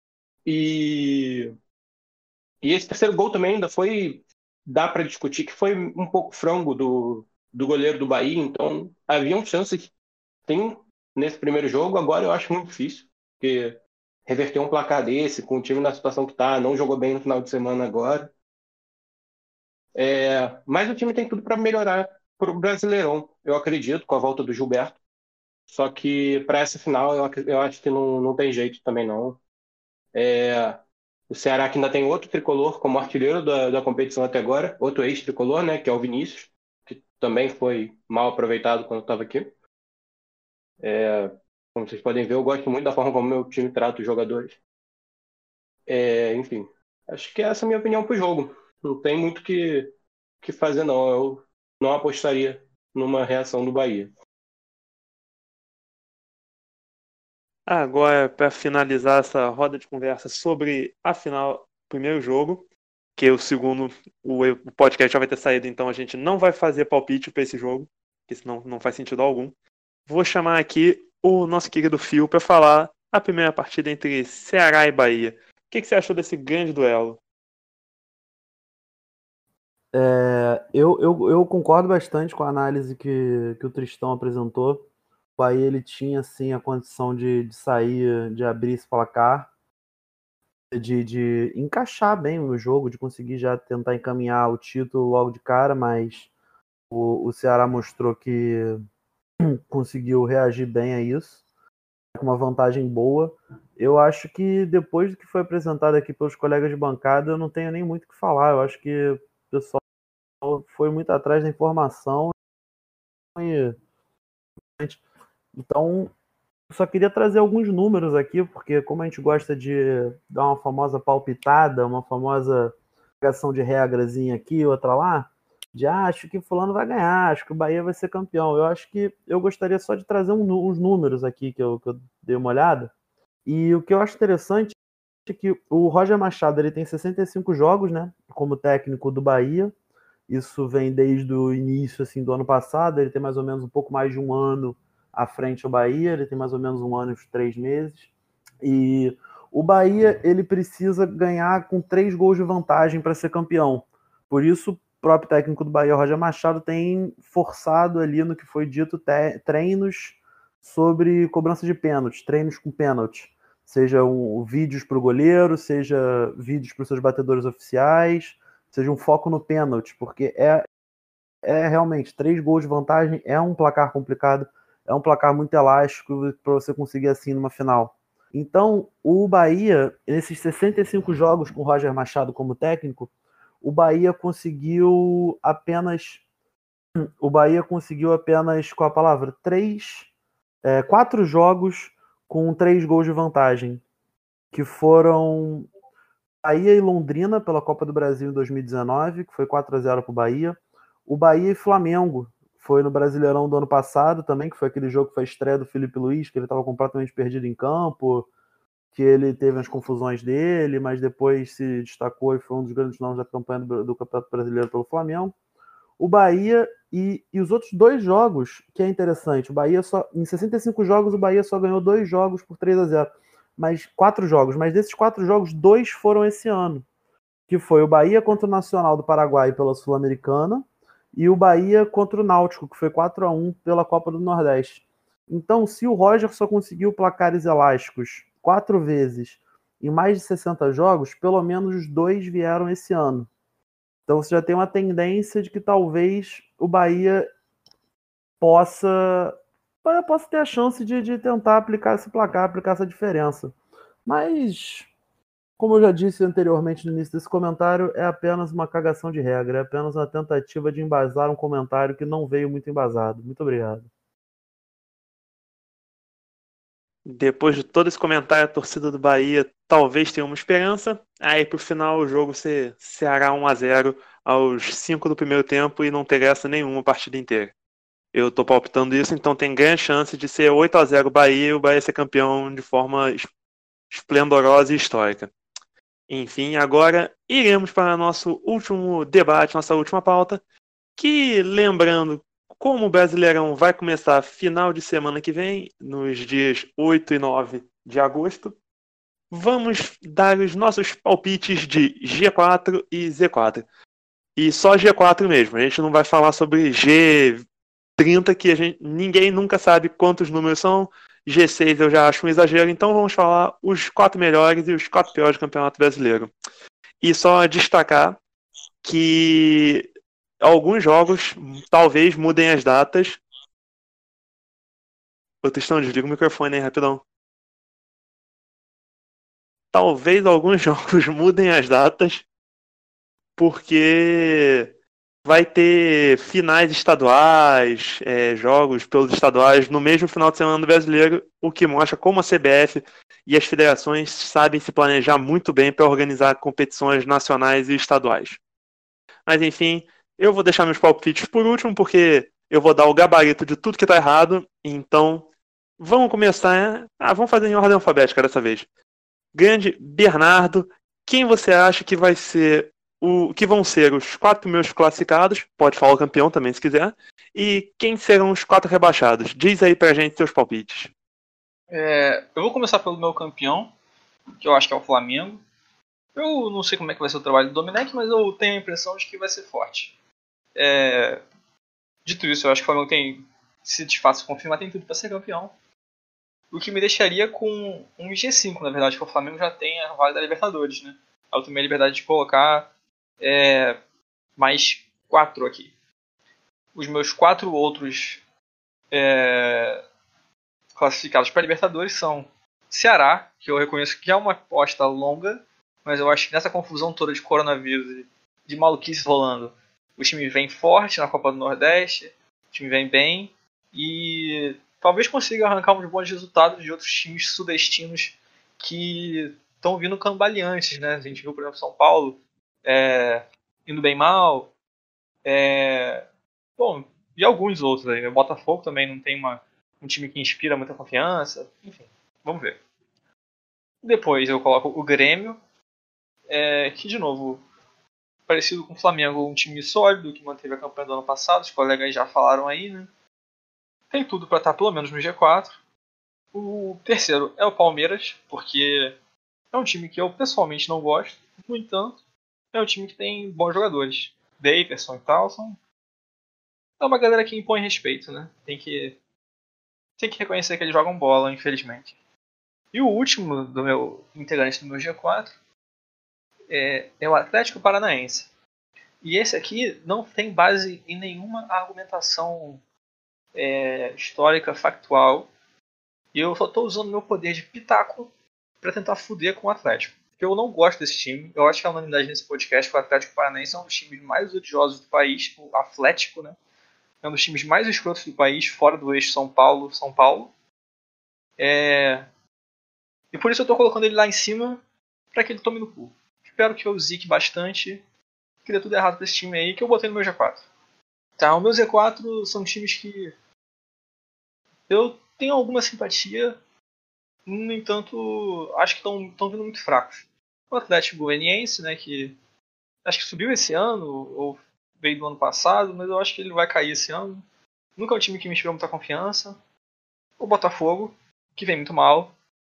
E, e esse terceiro gol também ainda foi, dá para discutir que foi um pouco frango do, do goleiro do Bahia, então haviam chances, sim, nesse primeiro jogo. Agora eu acho muito difícil, porque reverter um placar desse, com o time na situação que está, não jogou bem no final de semana agora. É, mas o time tem tudo para melhorar para o Brasileirão, eu acredito, com a volta do Gilberto. Só que para essa final eu, ac- eu acho que não, não tem jeito também não. É, O Ceará que ainda tem outro tricolor como artilheiro da, da competição até agora, outro ex-tricolor, né, que é o Vinícius, que também foi mal aproveitado quando estava aqui. É, como vocês podem ver, eu gosto muito da forma como meu time trata os jogadores. É, enfim, acho que essa é a minha opinião pro jogo. Não tem muito o que, que fazer, não. Eu não apostaria numa reação do Bahia.
Agora, para finalizar essa roda de conversa sobre a final, primeiro jogo, que o segundo, o, o podcast já vai ter saído, então a gente não vai fazer palpite para esse jogo, porque senão não faz sentido algum. Vou chamar aqui o nosso querido Phil para falar a primeira partida entre Ceará e Bahia. O que, que você achou desse grande duelo?
É, eu, eu, eu concordo bastante com a análise que, que o Tristão apresentou. O Bahia ele tinha assim, a condição de, de sair, de abrir esse placar, de, de encaixar bem o jogo, de conseguir já tentar encaminhar o título logo de cara, mas o, o Ceará mostrou que conseguiu reagir bem a isso, com uma vantagem boa. Eu acho que depois do que foi apresentado aqui pelos colegas de bancada, eu não tenho nem muito o que falar. Eu acho que o pessoal foi muito atrás da informação. E... Então, eu só queria trazer alguns números aqui, porque como a gente gosta de dar uma famosa palpitada, uma famosa ligação de regrazinha aqui, outra lá, de ah, acho que fulano vai ganhar, acho que o Bahia vai ser campeão. Eu acho que eu gostaria só de trazer um, uns números aqui que eu, que eu dei uma olhada. E o que eu acho interessante é que o Roger Machado ele tem sessenta e cinco jogos, né, como técnico do Bahia. Isso vem desde o início assim, do ano passado. Ele tem mais ou menos um pouco mais de um ano à frente ao Bahia. Ele tem mais ou menos um ano e uns três meses. E o Bahia ele precisa ganhar com três gols de vantagem para ser campeão. Por isso, o próprio técnico do Bahia, Roger Machado, tem forçado ali no que foi dito treinos sobre cobrança de pênaltis, treinos com pênalti. Seja um, vídeos para o goleiro, seja vídeos para os seus batedores oficiais, seja um foco no pênalti, porque é, é realmente três gols de vantagem, é um placar complicado, é um placar muito elástico para você conseguir assim numa final. Então, o Bahia, nesses sessenta e cinco jogos com o Roger Machado como técnico, o Bahia conseguiu apenas o Bahia conseguiu apenas, com a palavra, três, é, quatro jogos com três gols de vantagem, que foram Bahia e Londrina pela Copa do Brasil em dois mil e dezenove, que foi quatro a zero para o Bahia. O Bahia e Flamengo foi no Brasileirão do ano passado também, que foi aquele jogo que foi a estreia do Felipe Luiz, que ele estava completamente perdido em campo, que ele teve as confusões dele, mas depois se destacou e foi um dos grandes nomes da campanha do, do Campeonato Brasileiro pelo Flamengo. O Bahia e, e os outros dois jogos, que é interessante, o Bahia só, em sessenta e cinco jogos, o Bahia só ganhou dois jogos por três a zero. Mas quatro jogos, mas desses quatro jogos, dois foram esse ano, que foi o Bahia contra o Nacional do Paraguai pela Sul-Americana e o Bahia contra o Náutico, que foi quatro a um pela Copa do Nordeste. Então, se o Roger só conseguiu placares elásticos quatro vezes em mais de sessenta jogos, pelo menos os dois vieram esse ano. Então você já tem uma tendência de que talvez o Bahia possa, possa ter a chance de, de tentar aplicar esse placar, aplicar essa diferença. Mas, como eu já disse anteriormente no início desse comentário, é apenas uma cagação de regra, é apenas uma tentativa de embasar um comentário que não veio muito embasado. Muito obrigado.
Depois de todo esse comentário, a torcida do Bahia talvez tenha uma esperança. Aí pro final o jogo ser Ceará um a zero aos cinco do primeiro tempo e não ter graça nenhuma a partida inteira. Eu tô palpitando isso, então tem grande chance de ser oito a zero Bahia e o Bahia ser campeão de forma esplendorosa e histórica. Enfim, agora iremos para nosso último debate, nossa última pauta, que, lembrando, como o Brasileirão vai começar final de semana que vem, nos dias oito e nove de agosto, vamos dar os nossos palpites de G quatro e Z quatro. E só G quatro mesmo, a gente não vai falar sobre G trinta, que a gente, ninguém nunca sabe quantos números são. G seis eu já acho um exagero, então vamos falar os quatro melhores e os quatro piores do Campeonato Brasileiro. E só destacar que alguns jogos talvez mudem as datas. Ô, Tristão, desliga o microfone aí, rapidão. talvez alguns jogos mudem as datas, porque vai ter finais estaduais, é, jogos pelos estaduais no mesmo final de semana do Brasileiro, o que mostra como a C B F e as federações sabem se planejar muito bem para organizar competições nacionais e estaduais. Mas enfim, eu vou deixar meus palpites por último, porque eu vou dar o gabarito de tudo que está errado. Então, vamos começar. Ah, vamos fazer em ordem alfabética dessa vez. Grande Bernardo, quem você acha que vai ser o que vão ser os quatro primeiros classificados? Pode falar o campeão também, se quiser. E quem serão os quatro rebaixados? Diz aí pra gente seus palpites.
É, eu vou começar pelo meu campeão, que eu acho que é o Flamengo. Eu não sei como é que vai ser o trabalho do Domenech, mas eu tenho a impressão de que vai ser forte. É, dito isso, eu acho que o Flamengo tem, se de fato se confirmar, tem tudo para ser campeão. O que me deixaria com um G cinco, na verdade, porque o Flamengo já tem a vaga da Libertadores, né? Eu tomei a liberdade de colocar é, mais quatro aqui. Os meus quatro outros é, classificados para Libertadores são Ceará, que eu reconheço que é uma aposta longa, mas eu acho que nessa confusão toda de coronavírus e de maluquice rolando, o time vem forte na Copa do Nordeste, o time vem bem e talvez consiga arrancar uns bons resultados de outros times sudestinos que estão vindo cambaleantes, né? A gente viu, por exemplo, São Paulo é, indo bem mal, é, bom, e alguns outros aí. O Botafogo também não tem uma, um time que inspira muita confiança, enfim, vamos ver. Depois eu coloco o Grêmio, é, que de novo, parecido com o Flamengo, um time sólido que manteve a campanha do ano passado, os colegas já falaram aí, né? Tem tudo para estar pelo menos no G quatro. O terceiro é o Palmeiras, porque é um time que eu pessoalmente não gosto, no entanto, é um time que tem bons jogadores. Daverson e tal, são... é uma galera que impõe respeito, né? Tem que, tem que reconhecer que eles jogam bola, infelizmente. E o último do meu integrante do meu G quatro é, é o Atlético Paranaense. E esse aqui não tem base em nenhuma argumentação é, histórica, factual. E eu só estou usando meu poder de pitaco para tentar fuder com o Atlético. Porque eu não gosto desse time. Eu acho que a unanimidade nesse podcast que o Atlético Paranaense é um dos times mais odiosos do país. O Atlético, né? É um dos times mais escrotos do país, fora do eixo São Paulo, São Paulo. É... E por isso eu estou colocando ele lá em cima para que ele tome no cu. Espero que eu zique bastante, que dê tudo errado para esse time aí, que eu botei no meu G quatro. Tá, o meu Z quatro são times que eu tenho alguma simpatia, no entanto, acho que estão vindo muito fracos. O Atlético Goianiense, né, que acho que subiu esse ano, ou veio do ano passado, mas eu acho que ele vai cair esse ano. Nunca é um time que me inspirou muita confiança. O Botafogo, que vem muito mal.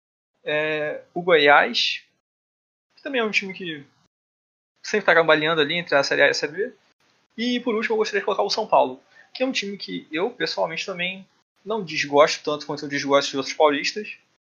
É, o Goiás, que também é um time que sempre está gambaleando ali entre a Série A e a Série B. E por último eu gostaria de colocar o São Paulo, que é um time que eu pessoalmente também não desgosto tanto quanto eu desgosto de outros paulistas.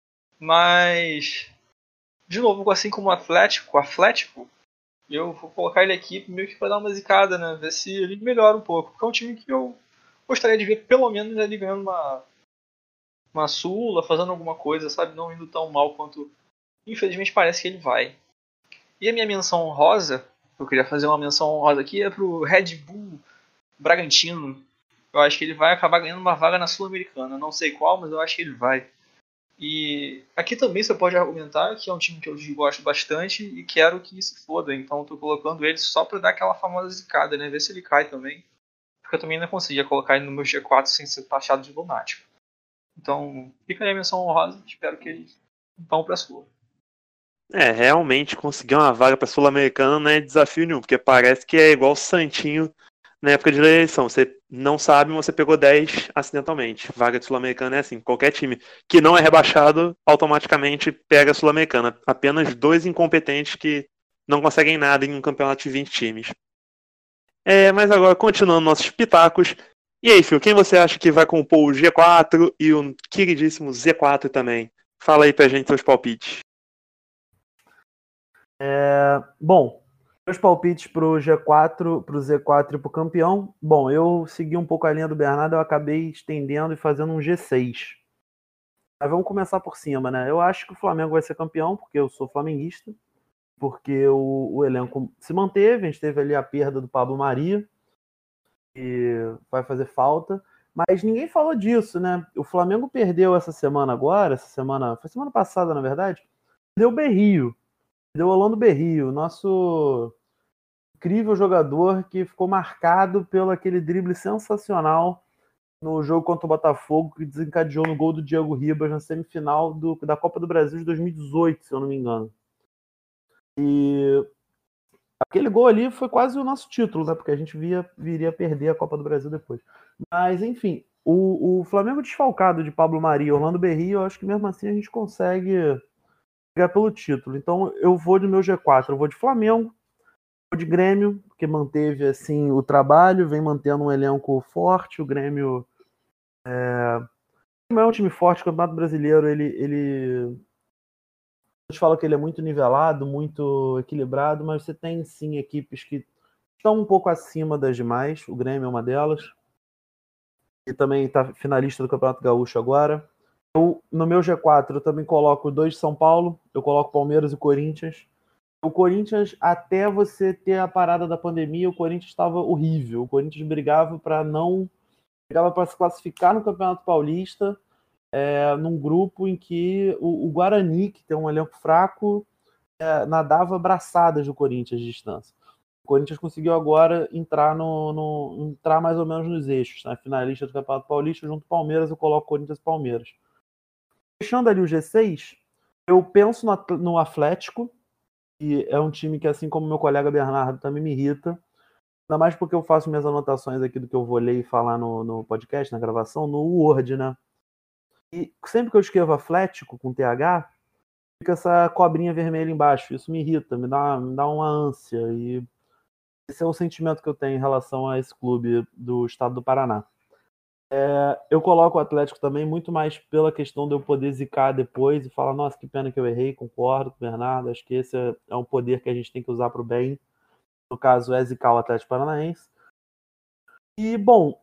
Mas, de novo, assim como o Atlético, o Atlético, eu vou colocar ele aqui meio que para dar uma zicada, né? Ver se ele melhora um pouco. Porque é um time que eu gostaria de ver pelo menos ele ganhando uma, uma Sula, fazendo alguma coisa, sabe? Não indo tão mal quanto infelizmente parece que ele vai. E a minha menção honrosa, eu queria fazer uma menção honrosa aqui, é pro Red Bull Bragantino. Eu acho que ele vai acabar ganhando uma vaga na Sul-Americana. Não sei qual, mas eu acho que ele vai. E aqui também você pode argumentar que é um time que eu gosto bastante e quero que se foda. Então estou colocando ele só para dar aquela famosa zicada, né? Ver se ele cai também. Porque eu também não conseguia colocar ele no meu G quatro sem ser taxado de lunático. Então fica aí a menção honrosa. Espero que eles vão para a sua.
É, realmente conseguir uma vaga para Sul-Americana não é desafio nenhum, porque parece que é igual o Santinho na época de eleição. Você não sabe, você pegou dez acidentalmente. Vaga de Sul-Americana é assim, qualquer time que não é rebaixado automaticamente pega a Sul-Americana. Apenas dois incompetentes que não conseguem nada em um campeonato de vinte times. É, mas agora, continuando nossos pitacos. E aí, Phil, quem você acha que vai compor o G quatro e o queridíssimo Z quatro também? Fala aí pra gente seus palpites.
É, bom, meus palpites pro G quatro, pro Z quatro e pro campeão. Bom, eu segui um pouco a linha do Bernardo, eu acabei estendendo e fazendo um G seis. Mas vamos começar por cima, né? Eu acho que o Flamengo vai ser campeão, porque eu sou flamenguista, porque o, o elenco se manteve, a gente teve ali a perda do Pablo Mari, que vai fazer falta, mas ninguém falou disso, né? O Flamengo perdeu essa semana agora, essa semana, foi semana passada, na verdade, perdeu o Berrio, perdeu o Orlando Berrio, nosso incrível jogador que ficou marcado pelo aquele drible sensacional no jogo contra o Botafogo, que desencadeou no gol do Diego Ribas na semifinal do, da Copa do Brasil de dois mil e dezoito, se eu não me engano. E aquele gol ali foi quase o nosso título, né? Porque a gente via, viria a perder a Copa do Brasil depois. Mas, enfim, o, o Flamengo desfalcado de Pablo Mari e Orlando Berrio, eu acho que mesmo assim a gente consegue pegar pelo título. Então eu vou do meu G quatro, eu vou de Flamengo, vou de Grêmio, que manteve assim o trabalho, vem mantendo um elenco forte. O Grêmio é, não é um time forte, o Campeonato Brasileiro, ele, ele... a gente fala que ele é muito nivelado, muito equilibrado, mas você tem sim equipes que estão um pouco acima das demais. O Grêmio é uma delas, e também está finalista do Campeonato Gaúcho agora. Eu, no meu G quatro, eu também coloco dois de São Paulo, eu coloco Palmeiras e Corinthians. O Corinthians, até você ter a parada da pandemia, o Corinthians estava horrível. O Corinthians brigava para não... brigava para se classificar no Campeonato Paulista, é, num grupo em que o, o Guarani, que tem um elenco fraco, é, nadava braçadas do Corinthians de distância. O Corinthians conseguiu agora entrar, no, no, entrar mais ou menos nos eixos, né? Finalista do Campeonato Paulista, junto com o Palmeiras, eu coloco Corinthians e Palmeiras. Fechando ali o G seis, eu penso no, no Atlético, que é um time que, assim como meu colega Bernardo, também me irrita. Ainda mais porque eu faço minhas anotações aqui do que eu vou ler e falar no, no podcast, na gravação, no Word, né? E sempre que eu escrevo Atlético com T H, fica essa cobrinha vermelha embaixo. Isso me irrita, me dá, me dá uma ânsia. E esse é o sentimento que eu tenho em relação a esse clube do estado do Paraná. É, eu coloco o Atlético também muito mais pela questão de eu poder zicar depois e falar, nossa, que pena que eu errei, concordo com o Bernardo, acho que esse é, é um poder que a gente tem que usar para o bem. No caso, é zicar o Atlético Paranaense. E, bom,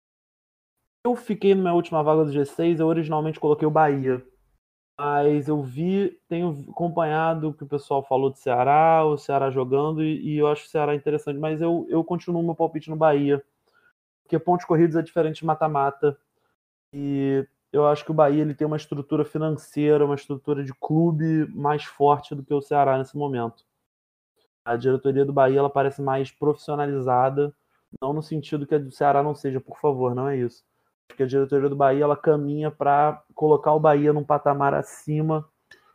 eu fiquei na minha última vaga do G seis, eu originalmente coloquei o Bahia. Mas eu vi, tenho acompanhado o que o pessoal falou do Ceará, o Ceará jogando, e, e eu acho o Ceará interessante, mas eu, eu continuo meu palpite no Bahia, porque pontos corridos é diferente de mata-mata, e eu acho que o Bahia ele tem uma estrutura financeira, uma estrutura de clube mais forte do que o Ceará nesse momento. A diretoria do Bahia ela parece mais profissionalizada, não no sentido que a do Ceará não seja, por favor, não é isso. Acho que a diretoria do Bahia ela caminha para colocar o Bahia num patamar acima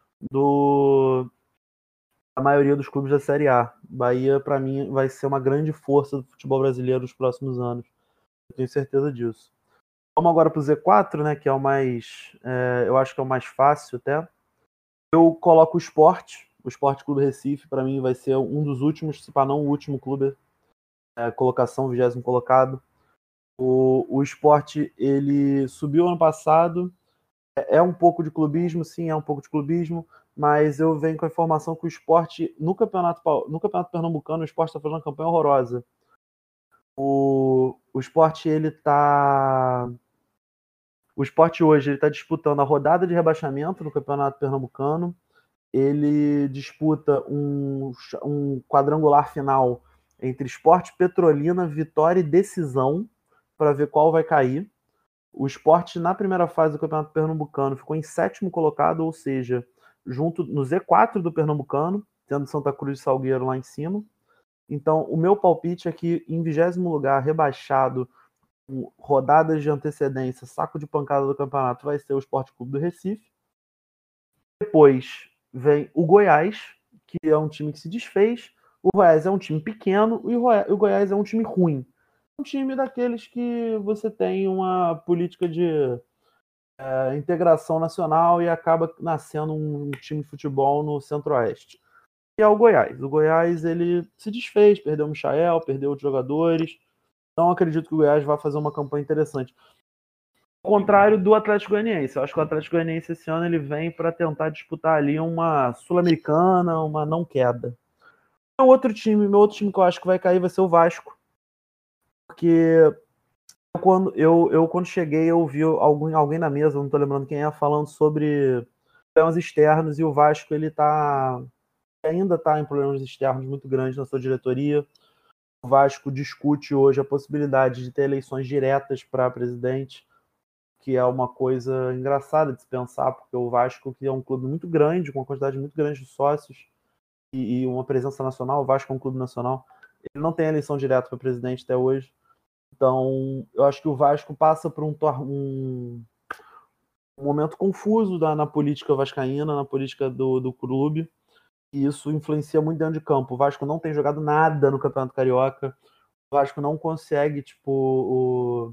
do a maioria dos clubes da Série A. Bahia, para mim, vai ser uma grande força do futebol brasileiro nos próximos anos. Eu tenho certeza disso. Vamos agora para o Z quatro, né, que é o mais, é, eu acho que é o mais fácil até. Eu coloco o Sport, o Sport Clube Recife, para mim vai ser um dos últimos, se para não o último clube, é, colocação, vigésimo colocado. O, o Sport, ele subiu ano passado, é, é um pouco de clubismo, sim, é um pouco de clubismo, mas eu venho com a informação que o Sport, no campeonato, no campeonato pernambucano, o Sport está fazendo uma campanha horrorosa. O, o Sport, ele tá... O Sport hoje está disputando a rodada de rebaixamento no campeonato pernambucano. Ele disputa um, um quadrangular final entre Sport, Petrolina, Vitória e Decisão, para ver qual vai cair. O Sport, na primeira fase do campeonato pernambucano, ficou em sétimo colocado, ou seja, junto no Z quatro do pernambucano, tendo Santa Cruz e Salgueiro lá em cima. Então, o meu palpite é que em vigésimo lugar, rebaixado, com rodadas de antecedência, saco de pancada do campeonato, vai ser o Sport Clube do Recife. Depois vem o Goiás, que é um time que se desfez. O Goiás é um time pequeno e o Goiás é um time ruim. Um time daqueles que você tem uma política de é, integração nacional e acaba nascendo um time de futebol no Centro-Oeste. E é o Goiás. O Goiás ele se desfez, perdeu o Michael, perdeu os jogadores. Então acredito que o Goiás vai fazer uma campanha interessante. Ao contrário do Atlético Goianiense. Eu acho que o Atlético Goianiense esse ano ele vem para tentar disputar ali uma Sul-Americana, uma não queda. Meu outro time, meu outro time que eu acho que vai cair vai ser o Vasco. Porque Quando, eu, eu, quando cheguei, eu vi alguém, alguém na mesa, não estou lembrando quem é, falando sobre problemas externos, e o Vasco ele tá, ainda está em problemas externos muito grandes na sua diretoria. O Vasco discute hoje a possibilidade de ter eleições diretas para presidente, que é uma coisa engraçada de se pensar, porque o Vasco, que é um clube muito grande, com uma quantidade muito grande de sócios e, e uma presença nacional, o Vasco é um clube nacional, ele não tem eleição direta para presidente até hoje. Então, eu acho que o Vasco passa por um, um, um momento confuso da, na política vascaína, na política do, do clube, e isso influencia muito dentro de campo. O Vasco não tem jogado nada no Campeonato Carioca, o Vasco não consegue, tipo, o,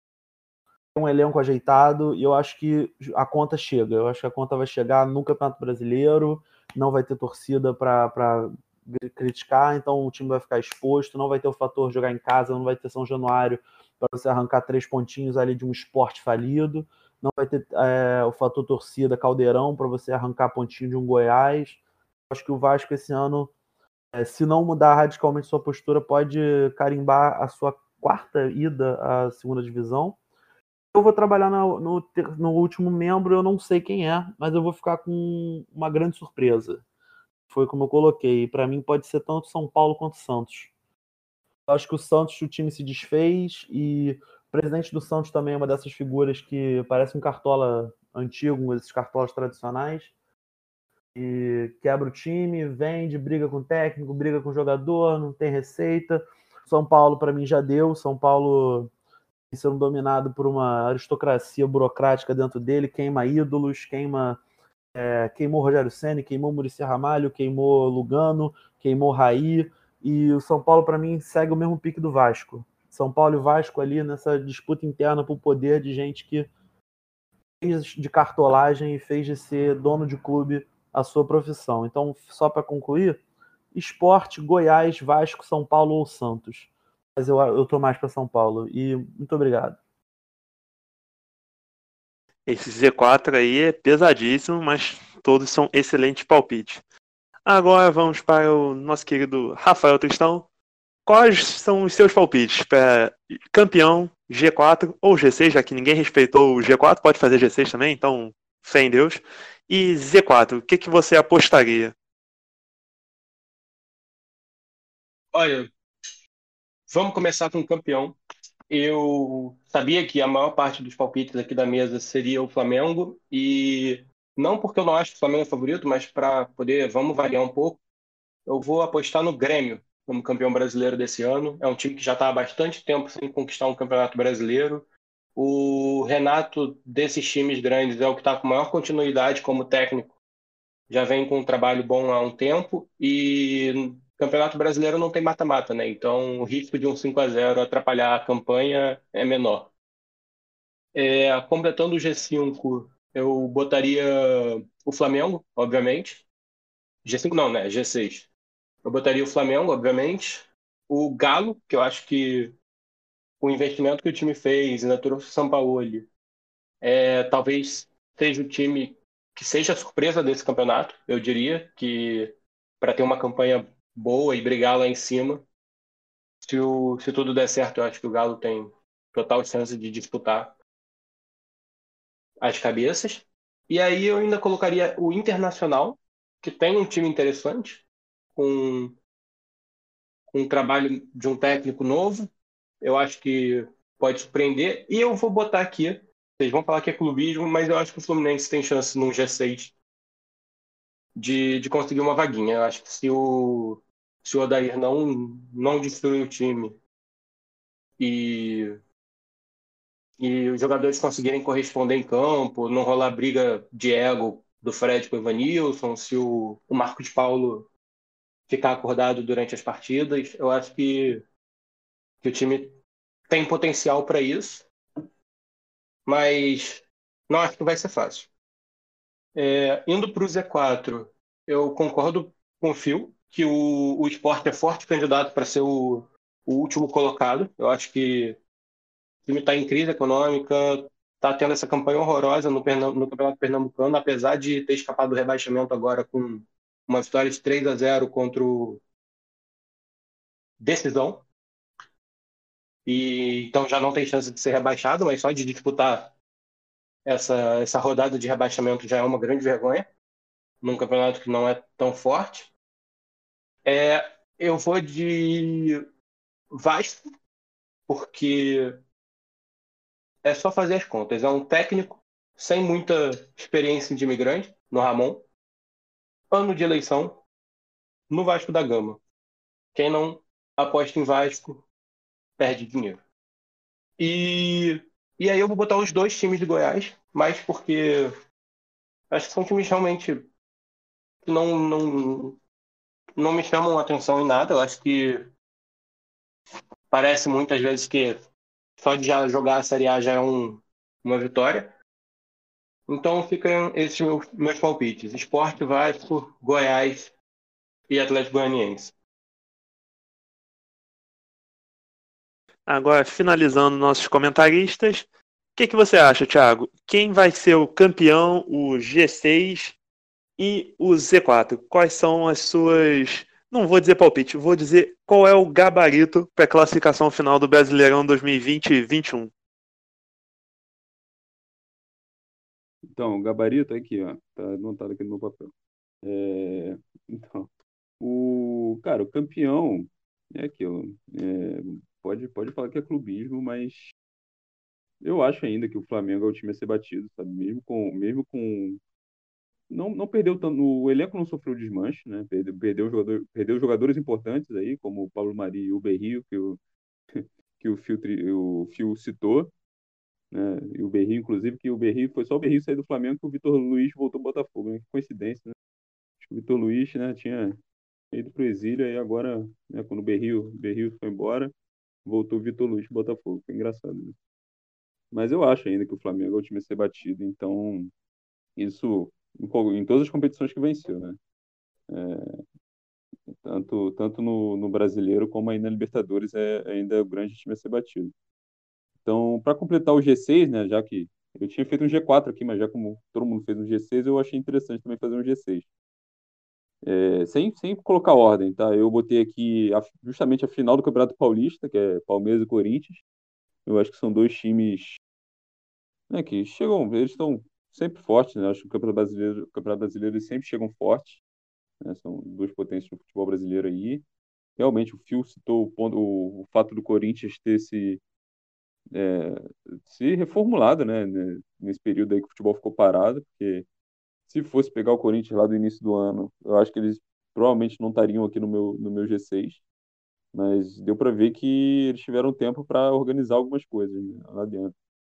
um elenco ajeitado, e eu acho que a conta chega. Eu acho que a conta vai chegar no Campeonato Brasileiro, não vai ter torcida para criticar, então o time vai ficar exposto, não vai ter o fator jogar em casa, não vai ter São Januário para você arrancar três pontinhos ali de um esporte falido, não vai ter é, o fator torcida Caldeirão para você arrancar pontinho de um Goiás. Eu acho que o Vasco esse ano, é, se não mudar radicalmente sua postura, pode carimbar a sua quarta ida à segunda divisão. Eu vou trabalhar no, no, no último membro, eu não sei quem é, mas eu vou ficar com uma grande surpresa. Foi como eu coloquei. Para mim pode ser tanto São Paulo quanto Santos. Eu acho que o Santos, o time se desfez, e o presidente do Santos também é uma dessas figuras que parece um cartola antigo, esses cartolas tradicionais, e quebra o time, vende, briga com o técnico, briga com o jogador, não tem receita. São Paulo, para mim, já deu. São Paulo sendo dominado por uma aristocracia burocrática dentro dele, queima ídolos, queima, é, queimou Rogério Ceni, queimou Muricy Ramalho, queimou Lugano, queimou Raí, e o São Paulo, para mim, segue o mesmo pique do Vasco. São Paulo e Vasco ali nessa disputa interna por poder de gente que fez de cartolagem e fez de ser dono de clube a sua profissão. Então, só para concluir, Sport, Goiás, Vasco, São Paulo ou Santos. Mas eu, eu tô mais para São Paulo. E muito obrigado.
Esse Z quatro aí é pesadíssimo, mas todos são excelentes palpites. Agora vamos para o nosso querido Rafael Tristão. Quais são os seus palpites para campeão, G quatro ou G seis, já que ninguém respeitou o G quatro, pode fazer G seis também, então fé em Deus. E Z quatro, o que, que você apostaria?
Olha, vamos começar com o campeão. Eu sabia que a maior parte dos palpites aqui da mesa seria o Flamengo, e não porque eu não acho que o Flamengo é favorito, mas para poder, vamos variar um pouco, eu vou apostar no Grêmio como campeão brasileiro desse ano. É um time que já está há bastante tempo sem conquistar um campeonato brasileiro. O Renato, desses times grandes, é o que está com maior continuidade como técnico. Já vem com um trabalho bom há um tempo, e Campeonato Brasileiro não tem mata-mata, né? Então o risco de um cinco a zero atrapalhar a campanha é menor. É, completando o G cinco, eu botaria o Flamengo, obviamente. G cinco não, né? G seis. Eu botaria o Flamengo, obviamente. O Galo, que eu acho que o investimento que o time fez na trouxe o Sampaoli, é, talvez seja o time que seja a surpresa desse campeonato. Eu diria que para ter uma campanha boa e brigar lá em cima, se, o, se tudo der certo, eu acho que o Galo tem total chance de disputar as cabeças. E aí eu ainda colocaria o Internacional, que tem um time interessante, com, com um trabalho de um técnico novo. Eu acho que pode surpreender. E eu vou botar aqui, vocês vão falar que é clubismo, mas eu acho que o Fluminense tem chance num G seis de, de conseguir uma vaguinha. Eu acho que se o, se o Odair não, não destruir o time e, e os jogadores conseguirem corresponder em campo, não rolar briga de ego do Fred com o Ivanilson, se o, o Marcos Paulo ficar acordado durante as partidas, eu acho que, que o time tem potencial para isso, mas não acho que vai ser fácil. É, indo para o Z quatro, eu concordo com o Phil que o, o Sport é forte candidato para ser o, o último colocado. Eu acho que o time está em crise econômica, está tendo essa campanha horrorosa no, no Campeonato Pernambucano, apesar de ter escapado do rebaixamento agora com uma vitória de três a zero contra o Decisão. e então já não tem chance de ser rebaixado, mas só de disputar essa, essa rodada de rebaixamento já é uma grande vergonha, num campeonato que não é tão forte. É, eu vou de Vasco, porque é só fazer as contas. É um técnico sem muita experiência de imigrante, no Ramon, ano de eleição, no Vasco da Gama. Quem não aposta em Vasco, perde dinheiro. E, e aí eu vou botar os dois times de Goiás, mas porque acho que são times realmente que não, não, não me chamam atenção em nada. Eu acho que parece muitas vezes que só de já jogar a Série A já é um, uma vitória. Então ficam esses meus, meus palpites: Sport, Vasco, Goiás e Atlético Goianiense.
Agora, finalizando nossos comentaristas, o que, que você acha, Thiago? Quem vai ser o campeão, o G seis e o Z quatro? Quais são as suas... Não vou dizer palpite, vou dizer qual é o gabarito para a classificação final do Brasileirão dois mil e vinte e vinte e um.
Então, o gabarito aqui, ó, tá anotado aqui no meu papel. É, então, o, cara, o campeão é aquilo. É, pode, pode falar que é clubismo, mas eu acho ainda que o Flamengo é o time a ser batido, sabe? Mesmo com, mesmo com não, não perdeu tanto, o elenco não sofreu desmanche, né? Perdeu, perdeu, jogador, perdeu jogadores importantes aí, como o Pablo Mari e o Berrio, que o, que o Fio, tri- o Fio citou, né? E o Berrio, inclusive, que o Berrio, foi só o Berrio sair do Flamengo que o Vitor Luiz voltou ao Botafogo, né? Que coincidência, né? Acho que o Vitor Luiz, né, tinha ido pro exílio e agora, né, quando o Berrio, Berrio foi embora, voltou o Vitor Luiz pro Botafogo. Foi engraçado, né? Mas eu acho ainda que o Flamengo é o time a ser batido, então isso em, co- em todas as competições que venceu, né? Tanto, tanto no, no Brasileiro como aí na Libertadores é ainda é o grande time a ser batido. Então, para completar o G seis, né, já que eu tinha feito um G quatro aqui, mas já como todo mundo fez um G seis, eu achei interessante também fazer um G seis. É, sem, sem colocar ordem, tá? Eu botei aqui a- justamente a final do Campeonato Paulista, que é Palmeiras e Corinthians. Eu acho que são dois times, né, que chegam, eles estão sempre fortes, né? Acho que o Campeonato Brasileiro, o Campeonato Brasileiro eles sempre chegam fortes, né? São duas potências do futebol brasileiro aí. Realmente, o Phil citou o, ponto, o, o fato do Corinthians ter se, é, se reformulado, né, né, nesse período aí que o futebol ficou parado, porque se fosse pegar o Corinthians lá do início do ano, eu acho que eles provavelmente não estariam aqui no meu, no meu G seis, mas deu para ver que eles tiveram tempo para organizar algumas coisas, né, lá dentro.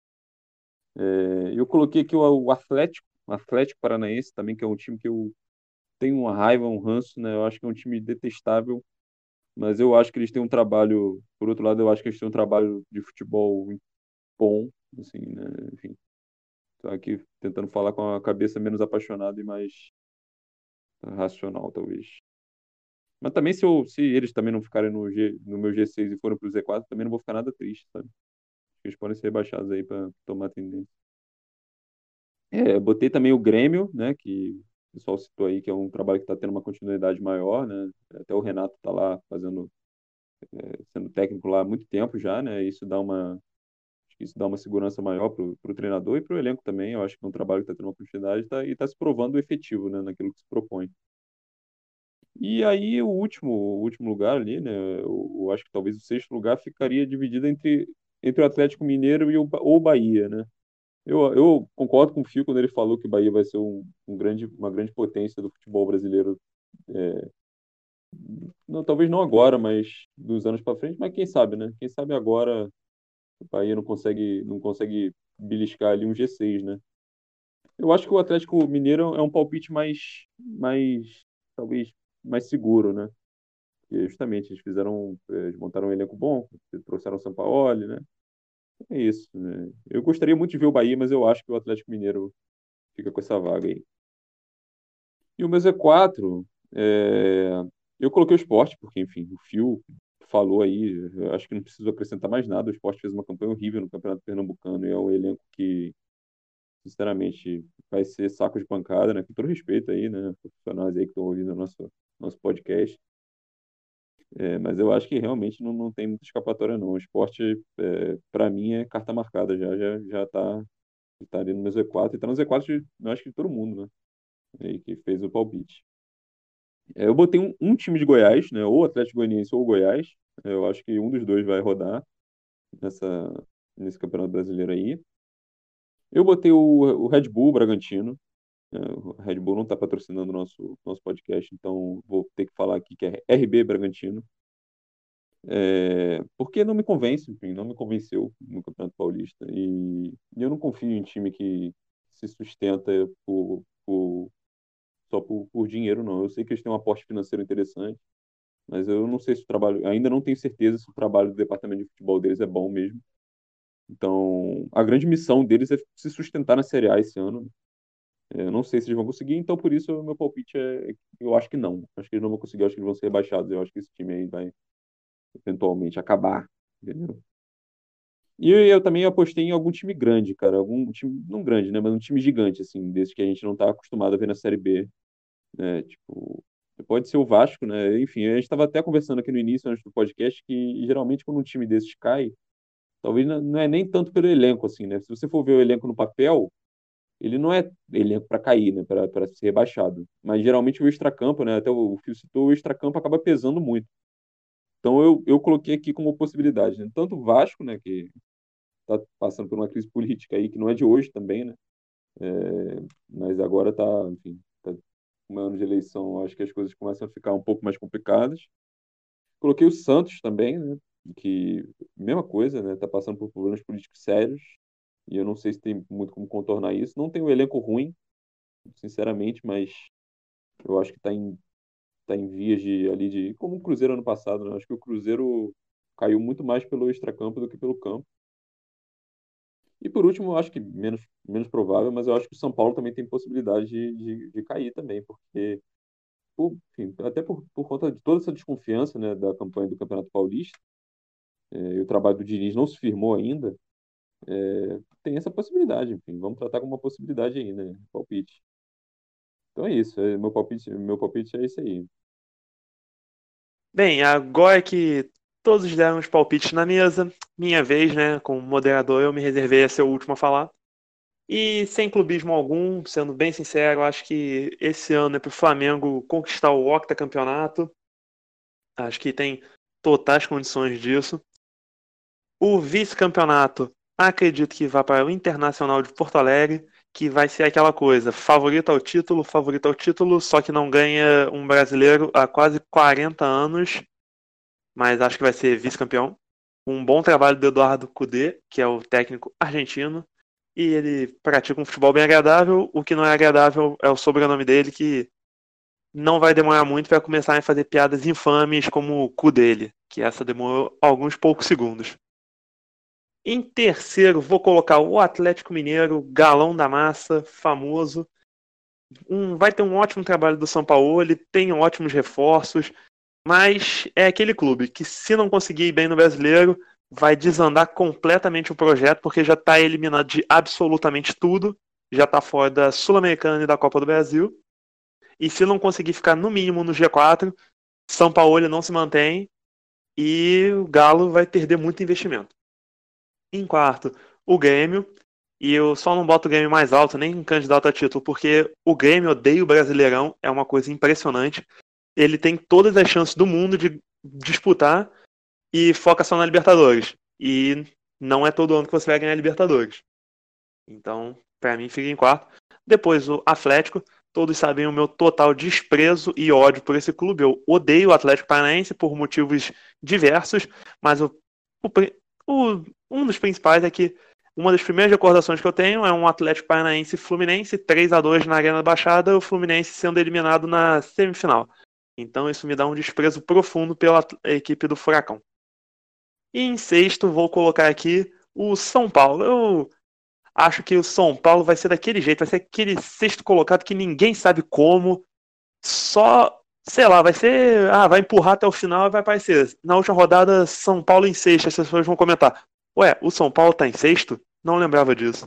É, eu coloquei aqui o, o Atlético, o Atlético Paranaense também, que é um time que eu tenho uma raiva, um ranço, né? Eu acho que é um time detestável, mas eu acho que eles têm um trabalho, por outro lado, eu acho que eles têm um trabalho de futebol bom, assim, né? Enfim, tô aqui tentando falar com a cabeça menos apaixonada e mais racional, talvez. Mas também se, eu, se eles também não ficarem no, G, no meu G seis e forem pro Z quatro, também não vou ficar nada triste, sabe? Eles podem ser rebaixados aí para tomar tendência. É, botei também o Grêmio, né? Que o pessoal citou aí que é um trabalho que está tendo uma continuidade maior, né? Até o Renato está lá fazendo, sendo técnico lá há muito tempo já, né? Isso dá uma, acho que isso dá uma segurança maior para o treinador e para o elenco também. Eu acho que é um trabalho que está tendo uma continuidade tá, e está se provando efetivo, né? Naquilo que se propõe. E aí o último, o último lugar ali, né? Eu, eu acho que talvez o sexto lugar ficaria dividido entre, entre o Atlético Mineiro e o, Ba- ou o Bahia, né? Eu, eu concordo com o Fio quando ele falou que o Bahia vai ser um, um grande, uma grande potência do futebol brasileiro. É, não, talvez não agora, mas dos anos para frente. Mas quem sabe, né? Quem sabe agora o Bahia não consegue, não consegue beliscar ali um G seis, né? Eu acho que o Atlético Mineiro é um palpite mais, mais talvez mais seguro, né? Porque justamente eles fizeram, eles montaram um elenco bom, trouxeram o Sampaoli, né? É isso, né? Eu gostaria muito de ver o Bahia, mas eu acho que o Atlético Mineiro fica com essa vaga aí. E o meu Z quatro, é, eu coloquei o Sport, porque, enfim, o Fio falou aí, eu acho que não preciso acrescentar mais nada. O Sport fez uma campanha horrível no Campeonato Pernambucano e é um elenco que, sinceramente, vai ser saco de pancada, né? Com todo respeito aí, né? Profissionais aí que estão ouvindo o nosso, nosso podcast. É, mas eu acho que realmente não, não tem muita escapatória, não. O Sport, é, para mim, é carta marcada. Já, já, já tá, tá ali no meu Z quatro. E tá no Z quatro de, eu acho que de todo mundo, né? E que fez o palpite. É, eu botei um, um time de Goiás, né? Ou Atlético Goianiense ou Goiás. Eu acho que um dos dois vai rodar nessa, nesse Campeonato Brasileiro aí. Eu botei o, o Red Bull Bragantino. Né? O Red Bull não está patrocinando o nosso, nosso podcast, então vou ter que falar aqui que é R B Bragantino. É, porque não me convence, enfim, não me convenceu no Campeonato Paulista. E, e eu não confio em time que se sustenta por, por, só por, por dinheiro, não. Eu sei que eles têm um aporte financeiro interessante, mas eu não sei se o trabalho, ainda não tenho certeza se o trabalho do departamento de futebol deles é bom mesmo. Então, a grande missão deles é se sustentar na Série A esse ano. Eu não sei se eles vão conseguir, então por isso o meu palpite é, eu acho que não. Acho que eles não vão conseguir, eu acho que eles vão ser rebaixados. Eu acho que esse time aí vai eventualmente acabar, entendeu? E eu, eu também apostei em algum time grande, cara, algum time, não grande, né, mas um time gigante, assim, desses que a gente não tá acostumado a ver na Série B, né, tipo, pode ser o Vasco, né, enfim, a gente estava até conversando aqui no início, antes do podcast, que geralmente quando um time desses cai, talvez não não é nem tanto pelo elenco, assim, né, se você for ver o elenco no papel, ele não é elenco para cair, né, para ser rebaixado, mas geralmente o extracampo, né, até o Fio citou, o extracampo acaba pesando muito. Então eu, eu coloquei aqui como possibilidade, né? Tanto o Vasco, né, que está passando por uma crise política aí que não é de hoje também, né? É, mas agora está, enfim, tá um ano de eleição, acho que as coisas começam a ficar um pouco mais complicadas. Coloquei o Santos também, né? Que mesma coisa, né? Está passando por problemas políticos sérios e eu não sei se tem muito como contornar isso. Não tem um elenco ruim, sinceramente, mas eu acho que está em tá em vias de ali de como o Cruzeiro ano passado, né? Acho que o Cruzeiro caiu muito mais pelo extracampo do que pelo campo. E por último, eu acho que menos, menos provável, mas eu acho que o São Paulo também tem possibilidade de, de, de cair também, porque, por, enfim, até por, por conta de toda essa desconfiança, né, da campanha do Campeonato Paulista, é, e o trabalho do Diniz não se firmou ainda, é, tem essa possibilidade, enfim, vamos tratar como uma possibilidade aí, né, palpite. Então é isso, é, meu palpite, meu palpite é esse aí.
Bem, agora que todos deram os palpites na mesa, minha vez, né? Como moderador, eu me reservei a ser o último a falar. E sem clubismo algum, sendo bem sincero, acho que esse ano é para o Flamengo conquistar o octacampeonato. Acho que tem totais condições disso. O vice-campeonato, acredito que vai para o Internacional de Porto Alegre, que vai ser aquela coisa, favorito ao título, favorito ao título, só que não ganha um brasileiro há quase quarenta anos, mas acho que vai ser vice-campeão. Um bom trabalho do Eduardo Cudê, que é o técnico argentino, e ele pratica um futebol bem agradável. O que não é agradável é o sobrenome dele, que não vai demorar muito para começar a fazer piadas infames como o cu dele, que essa demorou alguns poucos segundos. Em terceiro, vou colocar o Atlético Mineiro, galão da massa, famoso. Um, vai ter um ótimo trabalho do São Paulo, ele tem ótimos reforços, mas é aquele clube que, se não conseguir ir bem no brasileiro, vai desandar completamente o projeto, porque já está eliminado de absolutamente tudo, já está fora da Sul-Americana e da Copa do Brasil. E se não conseguir ficar no mínimo no G quatro, São Paulo não se mantém e o Galo vai perder muito investimento. Em quarto, o Grêmio. E eu só não boto o Grêmio mais alto, nem candidato a título, porque o Grêmio odeia o Brasileirão, é uma coisa impressionante. Ele tem todas as chances do mundo de disputar e foca só na Libertadores. E não é todo ano que você vai ganhar a Libertadores. Então, pra mim, fica em quarto. Depois, o Atlético. Todos sabem o meu total desprezo e ódio por esse clube. Eu odeio o Atlético Paranaense por motivos diversos, mas o, o, o, um dos principais é que uma das primeiras recordações que eu tenho é um Atlético Paranaense Fluminense, três a dois na Arena da Baixada, o Fluminense sendo eliminado na semifinal. Então isso me dá um desprezo profundo pela equipe do Furacão. E em sexto, vou colocar aqui o São Paulo. Eu acho que o São Paulo vai ser daquele jeito, vai ser aquele sexto colocado que ninguém sabe como, só, sei lá, vai ser, ah, vai empurrar até o final e vai aparecer. Na última rodada, São Paulo em sexto, as pessoas vão comentar, ué, o São Paulo tá em sexto? Não lembrava disso.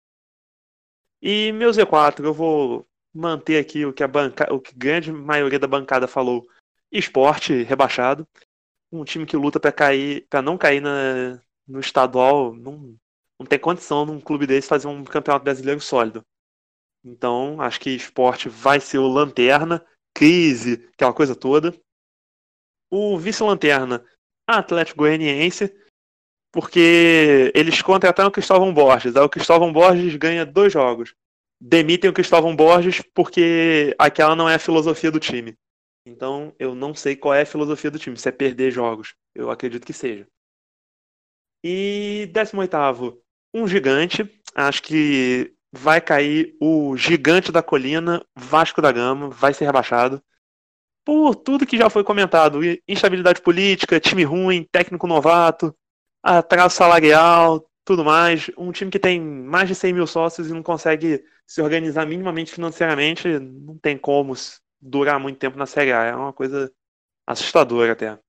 E meu Z quatro, eu vou manter aqui o que a banca, o que a grande maioria da bancada falou, Sport rebaixado. Um time que luta para cair, para não cair na, no estadual, não, não tem condição num clube desse fazer um campeonato brasileiro sólido. Então, acho que Sport vai ser o lanterna, crise, aquela coisa toda. O vice-lanterna, Atlético Goianiense, porque eles contrataram o Cristóvão Borges. Aí o Cristóvão Borges ganha dois jogos. Demitem o Cristóvão Borges porque aquela não é a filosofia do time. Então, eu não sei qual é a filosofia do time, se é perder jogos. Eu acredito que seja. E décimo oitavo, um gigante. Acho que vai cair o gigante da colina, Vasco da Gama, vai ser rebaixado. Por tudo que já foi comentado, instabilidade política, time ruim, técnico novato, atraso salarial, tudo mais. Um time que tem mais de cem mil sócios e não consegue se organizar minimamente financeiramente, não tem como durar muito tempo na Série A. É uma coisa assustadora até.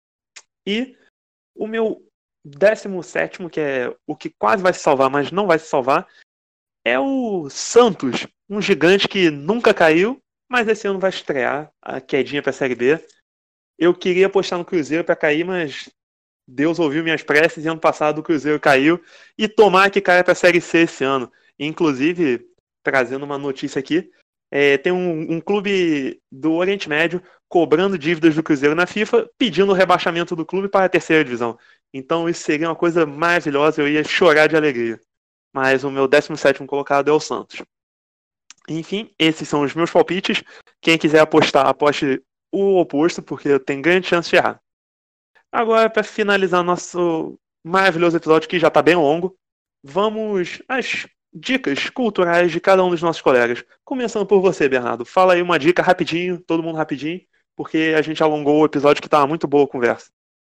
E o meu décimo sétimo, que é o que quase vai se salvar, mas não vai se salvar, é o Santos, um gigante que nunca caiu, mas esse ano vai estrear a quedinha para a Série B. Eu queria apostar no Cruzeiro para cair, mas Deus ouviu minhas preces e ano passado o Cruzeiro caiu. E tomar que caia para a Série C esse ano. Inclusive, trazendo uma notícia aqui, é, tem um, um clube do Oriente Médio cobrando dívidas do Cruzeiro na FIFA, pedindo o rebaixamento do clube para a terceira divisão. Então isso seria uma coisa maravilhosa, eu ia chorar de alegria. Mas o meu décimo sétimo colocado é o Santos. Enfim, esses são os meus palpites. Quem quiser apostar, aposte o oposto, porque eu tenho grande chance de errar. Agora, para finalizar nosso maravilhoso episódio, que já está bem longo, vamos às dicas culturais de cada um dos nossos colegas. Começando por você, Bernardo. Fala aí uma dica rapidinho, todo mundo rapidinho, porque a gente alongou o episódio que estava muito boa a conversa.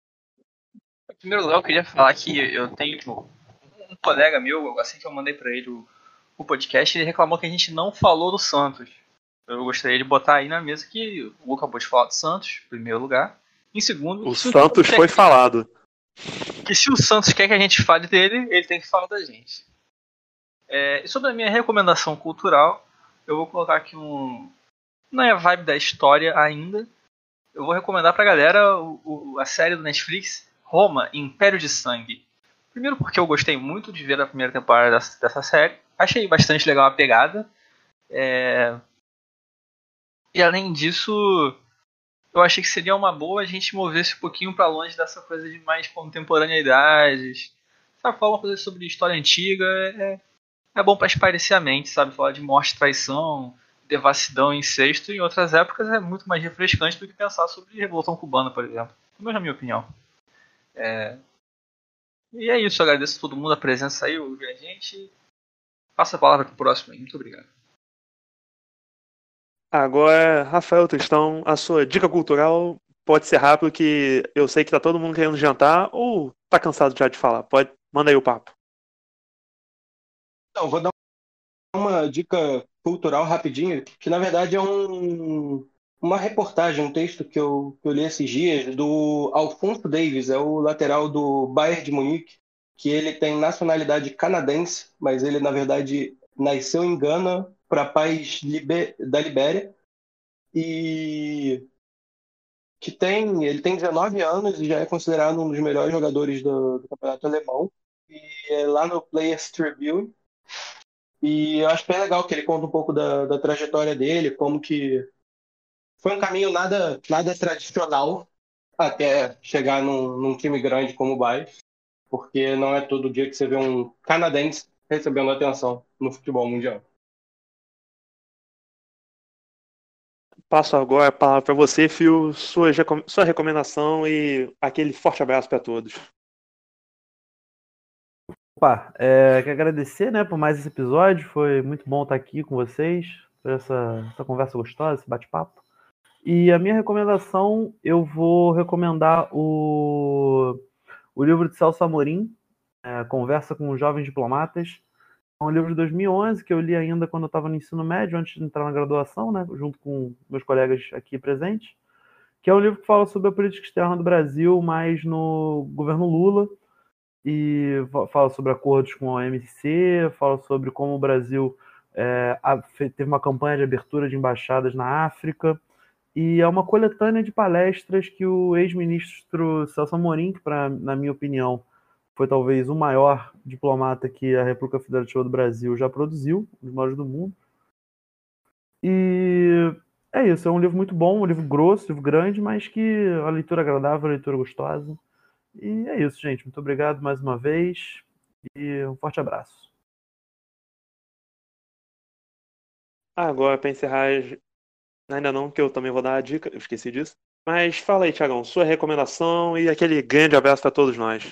Em primeiro lugar, eu queria falar que eu tenho um colega meu, assim que eu mandei para ele o, o podcast, ele reclamou que a gente não falou do Santos. Eu gostaria de botar aí na mesa que o Luca acabou de falar do Santos, em primeiro lugar. Em segundo,
o Santos foi
que,
falado.
Que se o Santos quer que a gente fale dele, ele tem que falar da gente. É, e sobre a minha recomendação cultural, eu vou colocar aqui um... Não é a vibe da história ainda. Eu vou recomendar pra galera o, o, a série do Netflix, Roma, Império de Sangue. Primeiro porque eu gostei muito de ver a primeira temporada dessa, dessa série. Achei bastante legal a pegada. É... E além disso, eu achei que seria uma boa a gente mover-se um pouquinho para longe dessa coisa de mais contemporaneidades. Sabe, falar uma coisa sobre história antiga é, é bom para espairecer a mente, sabe? Falar de morte, traição, devassidão, incesto. Em outras épocas é muito mais refrescante do que pensar sobre Revolução Cubana, por exemplo. Pelo menos na minha opinião. É... E é isso, eu agradeço a todo mundo a presença aí, ouvir a gente. Passa a palavra para o próximo aí. Muito obrigado.
Agora, Rafael Tristão, a sua dica cultural pode ser rápido, que eu sei que tá todo mundo querendo jantar ou tá cansado já de falar. Pode, manda aí o papo.
Então, vou dar uma dica cultural rapidinho, que na verdade é um, uma reportagem, um texto que eu, que eu li esses dias, do Alphonso Davies, é o lateral do Bayern de Munique, que ele tem nacionalidade canadense, mas ele na verdade nasceu em Gana, para paz Liber, da Libéria, e que tem, ele tem dezenove anos e já é considerado um dos melhores jogadores do, do campeonato alemão, e é lá no Players Tribune, e eu acho bem legal que ele conta um pouco da, da trajetória dele, como que foi um caminho nada, nada tradicional até chegar num, num time grande como o Bayern, porque não é todo dia que você vê um canadense recebendo atenção no futebol mundial.
Passo agora a palavra para você, Fio, sua, sua recomendação e aquele forte abraço para todos.
Opa, é, quero agradecer, né, por mais esse episódio, foi muito bom estar aqui com vocês, por essa, essa conversa gostosa, esse bate-papo. E a minha recomendação, eu vou recomendar o, o livro de Celso Amorim, é, Conversa com Jovens Diplomatas. É um livro de dois mil e onze que eu li ainda quando eu estava no ensino médio, antes de entrar na graduação, né, junto com meus colegas aqui presentes, que é um livro que fala sobre a política externa do Brasil, mais no governo Lula, e fala sobre acordos com a O M C, fala sobre como o Brasil é, teve uma campanha de abertura de embaixadas na África, E é uma coletânea de palestras que o ex-ministro Celso Amorim, que pra, na minha opinião foi talvez o maior diplomata que a República Federativa do Brasil já produziu, um dos maiores do mundo. E é isso, é um livro muito bom, um livro grosso, um livro grande, mas que a leitura agradável, a leitura gostosa. E é isso, gente. Muito obrigado mais uma vez e um forte abraço.
Agora, para encerrar, ainda não, que eu também vou dar a dica, eu esqueci disso. Mas fala aí, Thiagão, sua recomendação e aquele grande abraço para todos nós.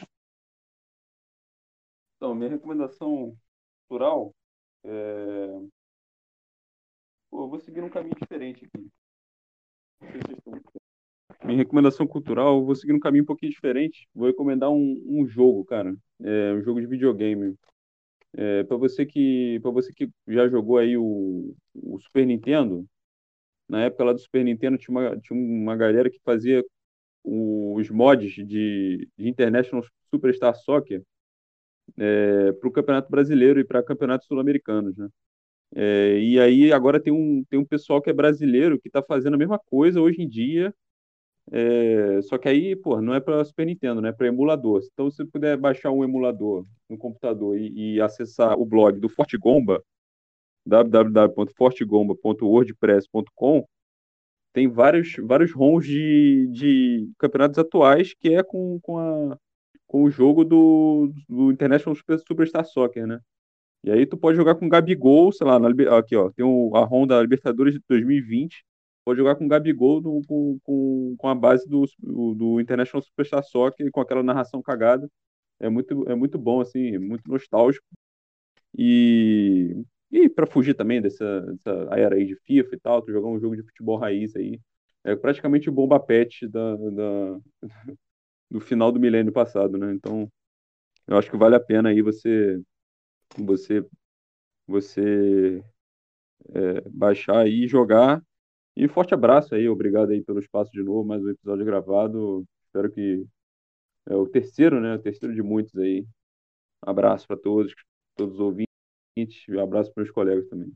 Então, minha recomendação cultural é... Pô, eu vou seguir um caminho diferente aqui. Não sei se vocês estão... Minha recomendação cultural, eu vou seguir um caminho um pouquinho diferente. Vou recomendar um, um jogo, cara. É um jogo de videogame. É, para você que, para você que já jogou aí o, o Super Nintendo, na época lá do Super Nintendo tinha uma, tinha uma galera que fazia os mods de, de International Superstar Soccer é, para o Campeonato Brasileiro e para campeonatos sul-americanos, né? É, e aí agora tem um, tem um pessoal que é brasileiro que está fazendo a mesma coisa hoje em dia, é, só que aí, pô, não é para Super Nintendo, né? É para emulador. Então, se você puder baixar um emulador no computador e, e acessar o blog do Fortegomba, w w w ponto fortegomba ponto wordpress ponto com, tem vários, vários ROMs de, de campeonatos atuais que é com, com, a, com o jogo do, do International Super, Superstar Soccer, né? E aí tu pode jogar com Gabigol, sei lá, na, aqui ó, tem o, a ROM da Libertadores de dois mil e vinte, pode jogar com Gabigol no, com, com, com a base do, do International Superstar Soccer, com aquela narração cagada. É muito, é muito bom, assim, muito nostálgico. E, e para fugir também dessa, dessa era aí de FIFA e tal, tu jogar um jogo de futebol raiz aí. É praticamente o Bomba Pet da, da, do final do milênio passado, né? Então, eu acho que vale a pena aí você você você é, baixar aí e jogar. E forte abraço aí, obrigado aí pelo espaço de novo, mais um episódio gravado. Espero que é o terceiro, né? O terceiro de muitos aí. Abraço para todos, todos os ouvintes, e um abraço para os colegas também.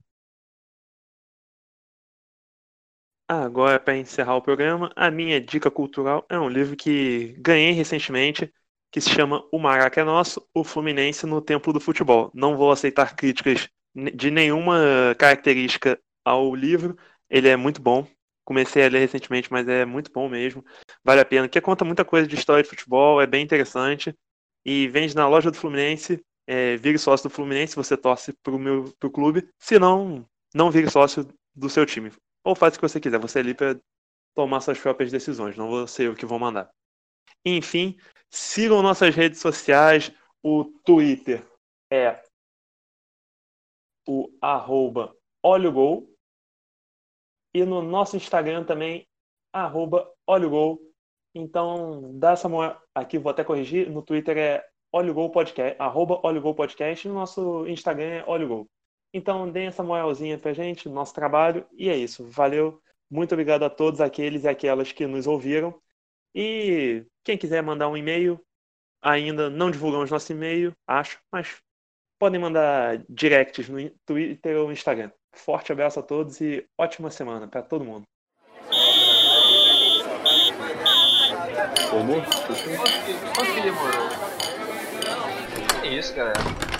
Agora, para encerrar o programa, a minha dica cultural é um livro que ganhei recentemente, que se chama O Maraca é Nosso, o Fluminense no Templo do Futebol. Não vou aceitar críticas de nenhuma característica ao livro, ele é muito bom. Comecei a ler recentemente, mas é muito bom mesmo. Vale a pena, porque conta muita coisa de história de futebol, é bem interessante. E vende na loja do Fluminense, é, vire sócio do Fluminense se você torce pro, meu, pro clube. Se não, não vire sócio do seu time. Ou faz o que você quiser, você é ali para tomar suas próprias decisões, não vou ser eu que vou mandar. Enfim, sigam nossas redes sociais, o Twitter é o arroba OlhoGol e no nosso Instagram também, arroba OlhoGol. Então, dá essa moral, aqui vou até corrigir, no Twitter é OlhoGol Podcast, arroba OlhoGol Podcast, e no nosso Instagram é OlhoGol. Então, deem essa moralzinha pra gente, no nosso trabalho, e é isso. Valeu, muito obrigado a todos aqueles e aquelas que nos ouviram. E quem quiser mandar um e-mail, ainda não divulgamos nosso e-mail, acho, mas podem mandar directs no Twitter ou no Instagram. Forte abraço a todos e ótima semana para todo mundo.
Quanto que demorou? É isso, galera.